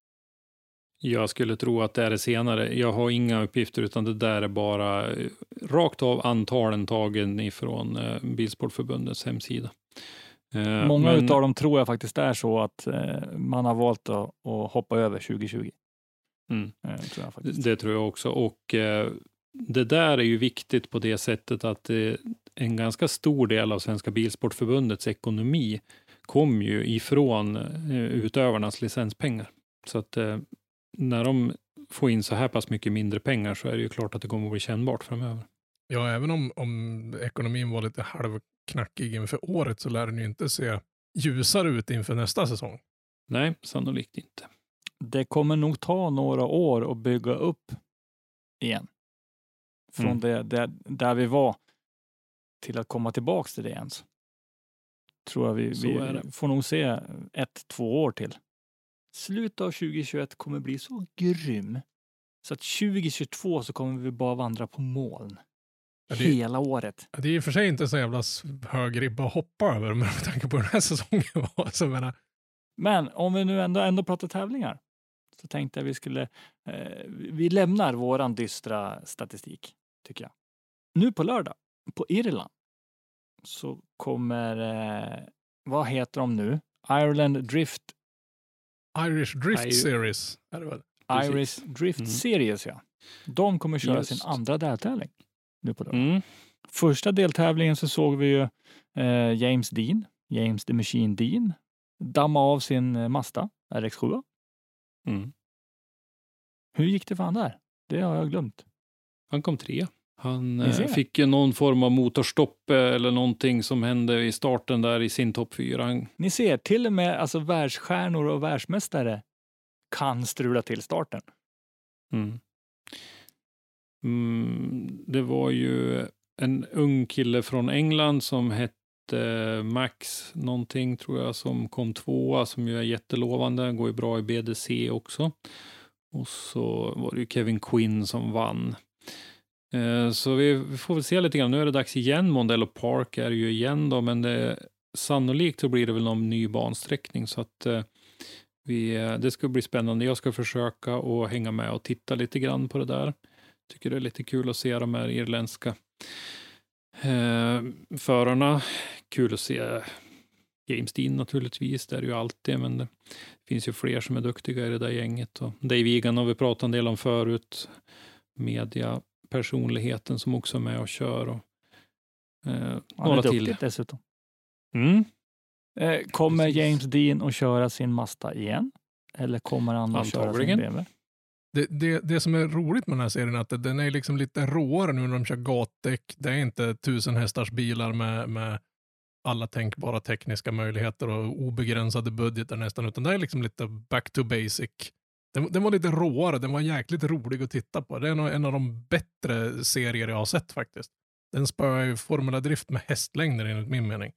Jag skulle tro att det är det senare. Jag har inga uppgifter, utan det där är bara rakt av antalen tagen ifrån eh, Bilsportförbundets hemsida. Eh, Många men, utav dem tror jag faktiskt är så att eh, man har valt att, att hoppa över tjugo tjugo. Mm. Eh, tror jag faktiskt. Det tror jag också. Och eh, det där är ju viktigt på det sättet att eh, en ganska stor del av Svenska Bilsportförbundets ekonomi kom ju ifrån eh, utövarnas licenspengar. Så att eh, när de får in så här pass mycket mindre pengar, så är det ju klart att det kommer att bli kännbart framöver. Ja, även om, om ekonomin var lite halvknackig inför året, så lär den ju inte se ljusare ut inför nästa säsong. Nej, sannolikt inte. Det kommer nog ta några år att bygga upp igen. Från Mm. det, det, där vi var till att komma tillbaka till det ens. Tror jag vi, Så är vi det. får nog se ett, två år till. Slutet av tjugo tjugoett kommer bli så grym. Så att tjugo tjugotvå så kommer vi bara vandra på moln. Ja, det- Hela året. Det är i och för sig inte så jävla s- hög ribba att hoppa över, men med tanke på hur den här säsongen var. Så jag menar, Men om vi nu ändå, ändå pratar tävlingar, så tänkte jag vi skulle, eh, vi lämnar våran dystra statistik, tycker jag. Nu på lördag, på Irland, så kommer, eh, vad heter de nu? Ireland Drift, Irish Drift I- Series är det väl? Precis. Irish Drift Mm. Series, ja. De kommer köra Just. sin andra deltävling nu på lördag. Mm. Första deltävlingen så såg vi ju eh, James Dean, James the Machine Dean, damma av sin eh, Mazda R X sju. Mm. Hur gick det för han där? Det har jag glömt. Han kom tre. Han Ni ser. eh, fick ju någon form av motorstopp eh, eller någonting som hände i starten där i sin topp fyra. Han, Ni ser, till och med alltså, världsstjärnor och världsmästare kan strula till starten. mm. Mm, det var ju en ung kille från England som hette Max någonting, tror jag, som kom tvåa, som ju är jättelovande. Går ju bra i B D C också. Och så var det ju Kevin Quinn som vann. Eh, så vi, vi får väl se lite grann. Nu är det dags igen. Mondello Park är det ju igen då, men det, sannolikt så blir det väl någon ny bansträckning, så att eh, vi, eh, det ska bli spännande. Jag ska försöka att hänga med och titta lite grann på det där. Tycker det är lite kul att se de här irländska eh, förarna. Kul att se James Dean naturligtvis, det är det ju alltid, men det finns ju fler som är duktiga i det där gänget. Och Dave Egan har vi pratat en del om förut. Media personligheten som också är med och kör. Och, eh, Han några är till. duktigt dessutom. Mm. Eh, kommer Precis. James Dean att köra sin Mazda igen? Eller kommer han att köra sin Antagligen. B M W? Det, det, det som är roligt med den här serien är att den är liksom lite råare nu när de kör gatdäck. Det är inte tusen hästars bilar med, med alla tänkbara tekniska möjligheter och obegränsade budgetar nästan, utan det är liksom lite back to basic. Den, den var lite råare, den var jäkligt rolig att titta på. Det är nog en av de bättre serier jag har sett faktiskt. Den spöar ju Formula Drift med hästlängder enligt min mening.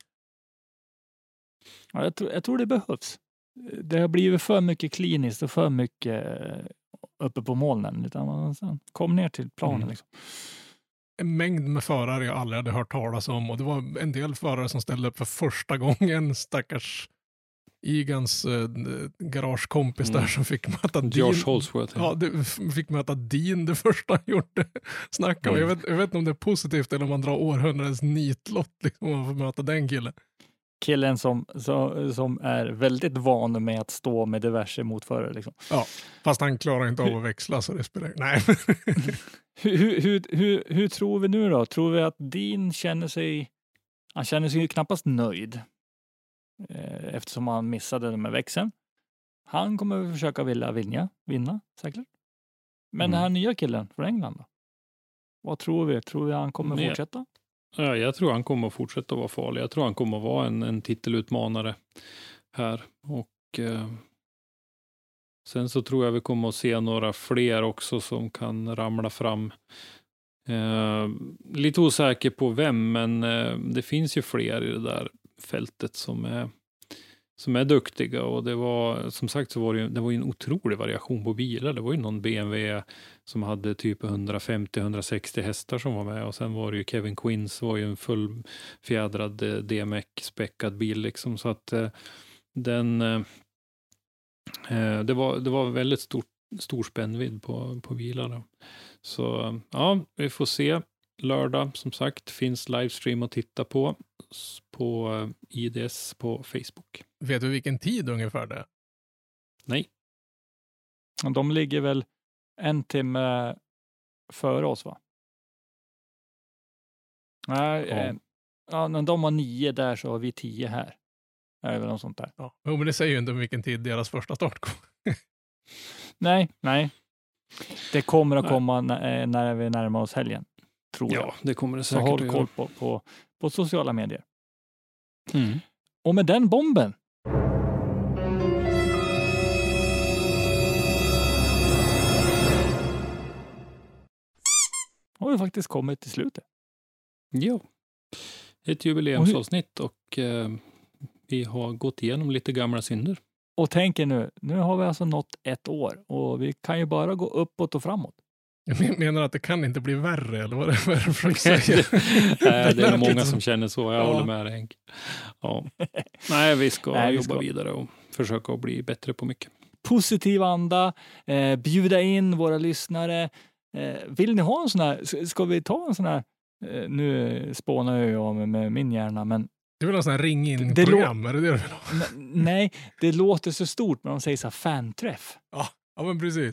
Ja, jag, tror, jag tror det behövs. Det har blivit för mycket kliniskt och för mycket eh, uppe på molnen. Utan man sen kom ner till planen. Mm. Liksom. En mängd med förare jag aldrig hade hört talas om, och det var en del förare som ställde upp för första gången. Stackars Igans eh, garagekompis Mm. där som fick möta Dean. Josh Holsworth. Ja, det f- fick möta Dean det första han gjorde. Snacka om. Mm. Jag, vet, jag vet inte om det är positivt eller om man drar århundradets nitlott liksom, om man får möta den killen. Killen som, som, som är väldigt van med att stå med diverse motförare. Liksom. Ja, fast han klarar inte av att växla så det spelar nej. Hur, hur, hur, hur, hur tror vi nu då? Tror vi att Dean känner sig, han känner sig ju knappast nöjd eh, eftersom han missade den med växeln. Han kommer att försöka vilja vinna, vinna säkert. Men Mm. den här nya killen från England då? Vad tror vi? Tror vi han kommer Nej. fortsätta? Ja, jag tror han kommer att fortsätta vara farlig. Jag tror han kommer att vara en, en titelutmanare här. Och eh, sen så tror jag vi kommer att se några fler också som kan ramla fram Eh, lite osäker på vem, men eh, det finns ju fler i det där fältet som är, som är duktiga. Och det var, som sagt, så var det, det var ju en otrolig variation på bilar. Det var ju någon B M W som hade typ hundrafemtio till hundrasextio hästar som var med. Och sen var det ju Kevin Quinns, var ju en fullfjädrad eh, D M X-späckad bil liksom. Så att eh, den... Eh, det var, det var väldigt stort, stor spännvidd på, på bilarna. Så ja, vi får se. Lördag, som sagt, finns livestream att titta på på I D S på Facebook. Vet du vilken tid ungefär det är? Nej. De ligger väl en timme före oss, va? Nej, Ja. eh, ja, när de har nio där så har vi tio här. Det är väl något sånt där. Ja, jo, men det säger ju inte om vilken tid deras första start kom. Nej, nej. Det kommer att Nej. komma när, när vi närmar oss helgen, tror jag. Ja, det kommer det Så säkert håll att koll göra. på, på, på sociala medier. Mm. Och med den bomben har vi faktiskt kommit till slutet. Ja. Ett jubileumsavsnitt och eh, vi har gått igenom lite gamla synder. Och tänk er nu, nu har vi alltså nått ett år och vi kan ju bara gå uppåt och framåt. Jag menar att det kan inte bli värre, eller vad det är för försöker säga. Nej, det är lät många lite som känner så. Jag Ja. håller med dig, Henk. Ja. Nej, vi ska Nej, vi jobba ska. vidare och försöka att bli bättre på mycket. Positiv anda, eh, bjuda in våra lyssnare. Eh, vill ni ha en sån här, s- ska vi ta en sån här, eh, nu spånar jag med, med min hjärna, men Du vill ha sån här ring Det- det in-program, är det det du vill ha? n- nej, det låter så stort när de säger så här fanträff. Ja, ja men precis.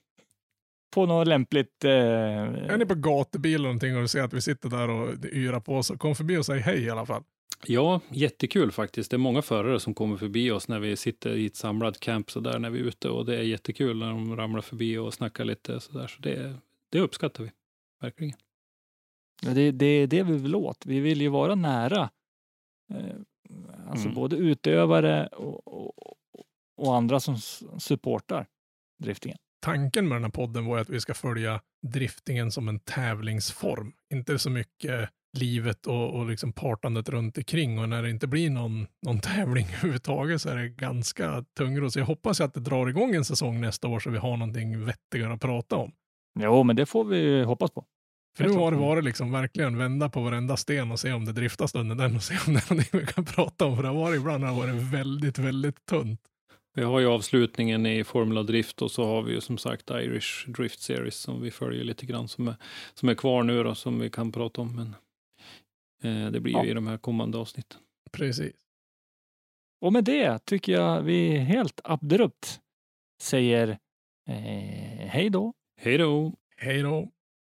På något lämpligt... Eh, Är ni på gatubil eller någonting och du ser att vi sitter där och yrar på oss, kom förbi och säg hej i alla fall. Ja, jättekul faktiskt. Det är många förare som kommer förbi oss när vi sitter i ett samlat camp så där när vi är ute och det är jättekul när de ramlar förbi och snackar lite så där. Så det, det uppskattar vi verkligen. det, det är det vi vill åt. Vi vill ju vara nära. Eh, alltså Mm. både utövare och, och, och andra som s- supportar driftingen. Tanken med den här podden var ju att vi ska följa driftingen som en tävlingsform. Inte så mycket livet och, och liksom partandet runt omkring. Och när det inte blir någon, någon tävling överhuvudtaget så är det ganska tungrot. Så jag hoppas att det drar igång en säsong nästa år så vi har någonting vettigare att prata om. Jo, men det får vi hoppas på. För nu Helt har det klart. varit liksom verkligen vända på varenda sten och se om det driftas under den och se om det är någonting vi kan prata om. För det har varit ibland har det varit väldigt, väldigt tunt. Vi har ju avslutningen i Formula Drift och så har vi ju som sagt Irish Drift Series som vi följer lite grann som är, som är kvar nu då som vi kan prata om. Men eh, det blir Ja. ju i de här kommande avsnitten. Precis. Och med det tycker jag vi helt abrupt säger eh, hej då. Hej då! Hej då.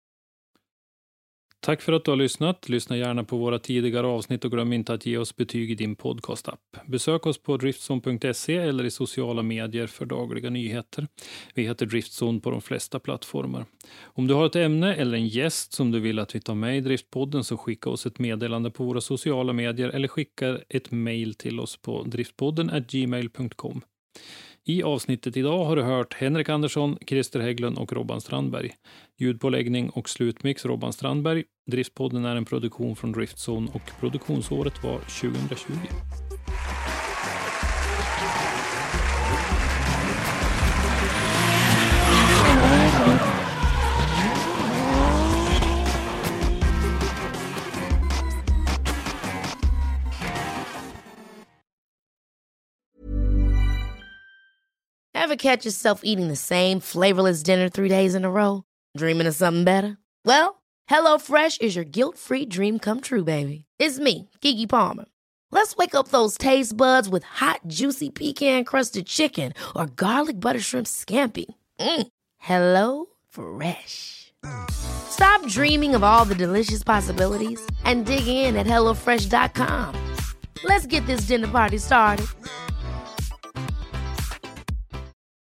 Tack för att du har lyssnat. Lyssna gärna på våra tidigare avsnitt och glöm inte att ge oss betyg i din podcastapp. Besök oss på driftzone punkt se eller i sociala medier för dagliga nyheter. Vi heter Driftzone på de flesta plattformar. Om du har ett ämne eller en gäst som du vill att vi tar med i Driftpodden så skicka oss ett meddelande på våra sociala medier eller skicka ett mejl till oss på driftpodden at gmail punkt com. I avsnittet idag har du hört Henrik Andersson, Christer Hägglund och Robban Strandberg. Ljudpåläggning och slutmix Robban Strandberg. Driftpodden är en produktion från Driftzone och produktionsåret var tjugohundratjugo. Ever catch yourself eating the same flavorless dinner three days in a row? Dreaming of something better? Well, HelloFresh is your guilt-free dream come true, baby. It's me, Keke Palmer. Let's wake up those taste buds with hot, juicy pecan-crusted chicken or garlic butter shrimp scampi. Mm. Hello Fresh. Stop dreaming of all the delicious possibilities and dig in at hello fresh dot com. Let's get this dinner party started.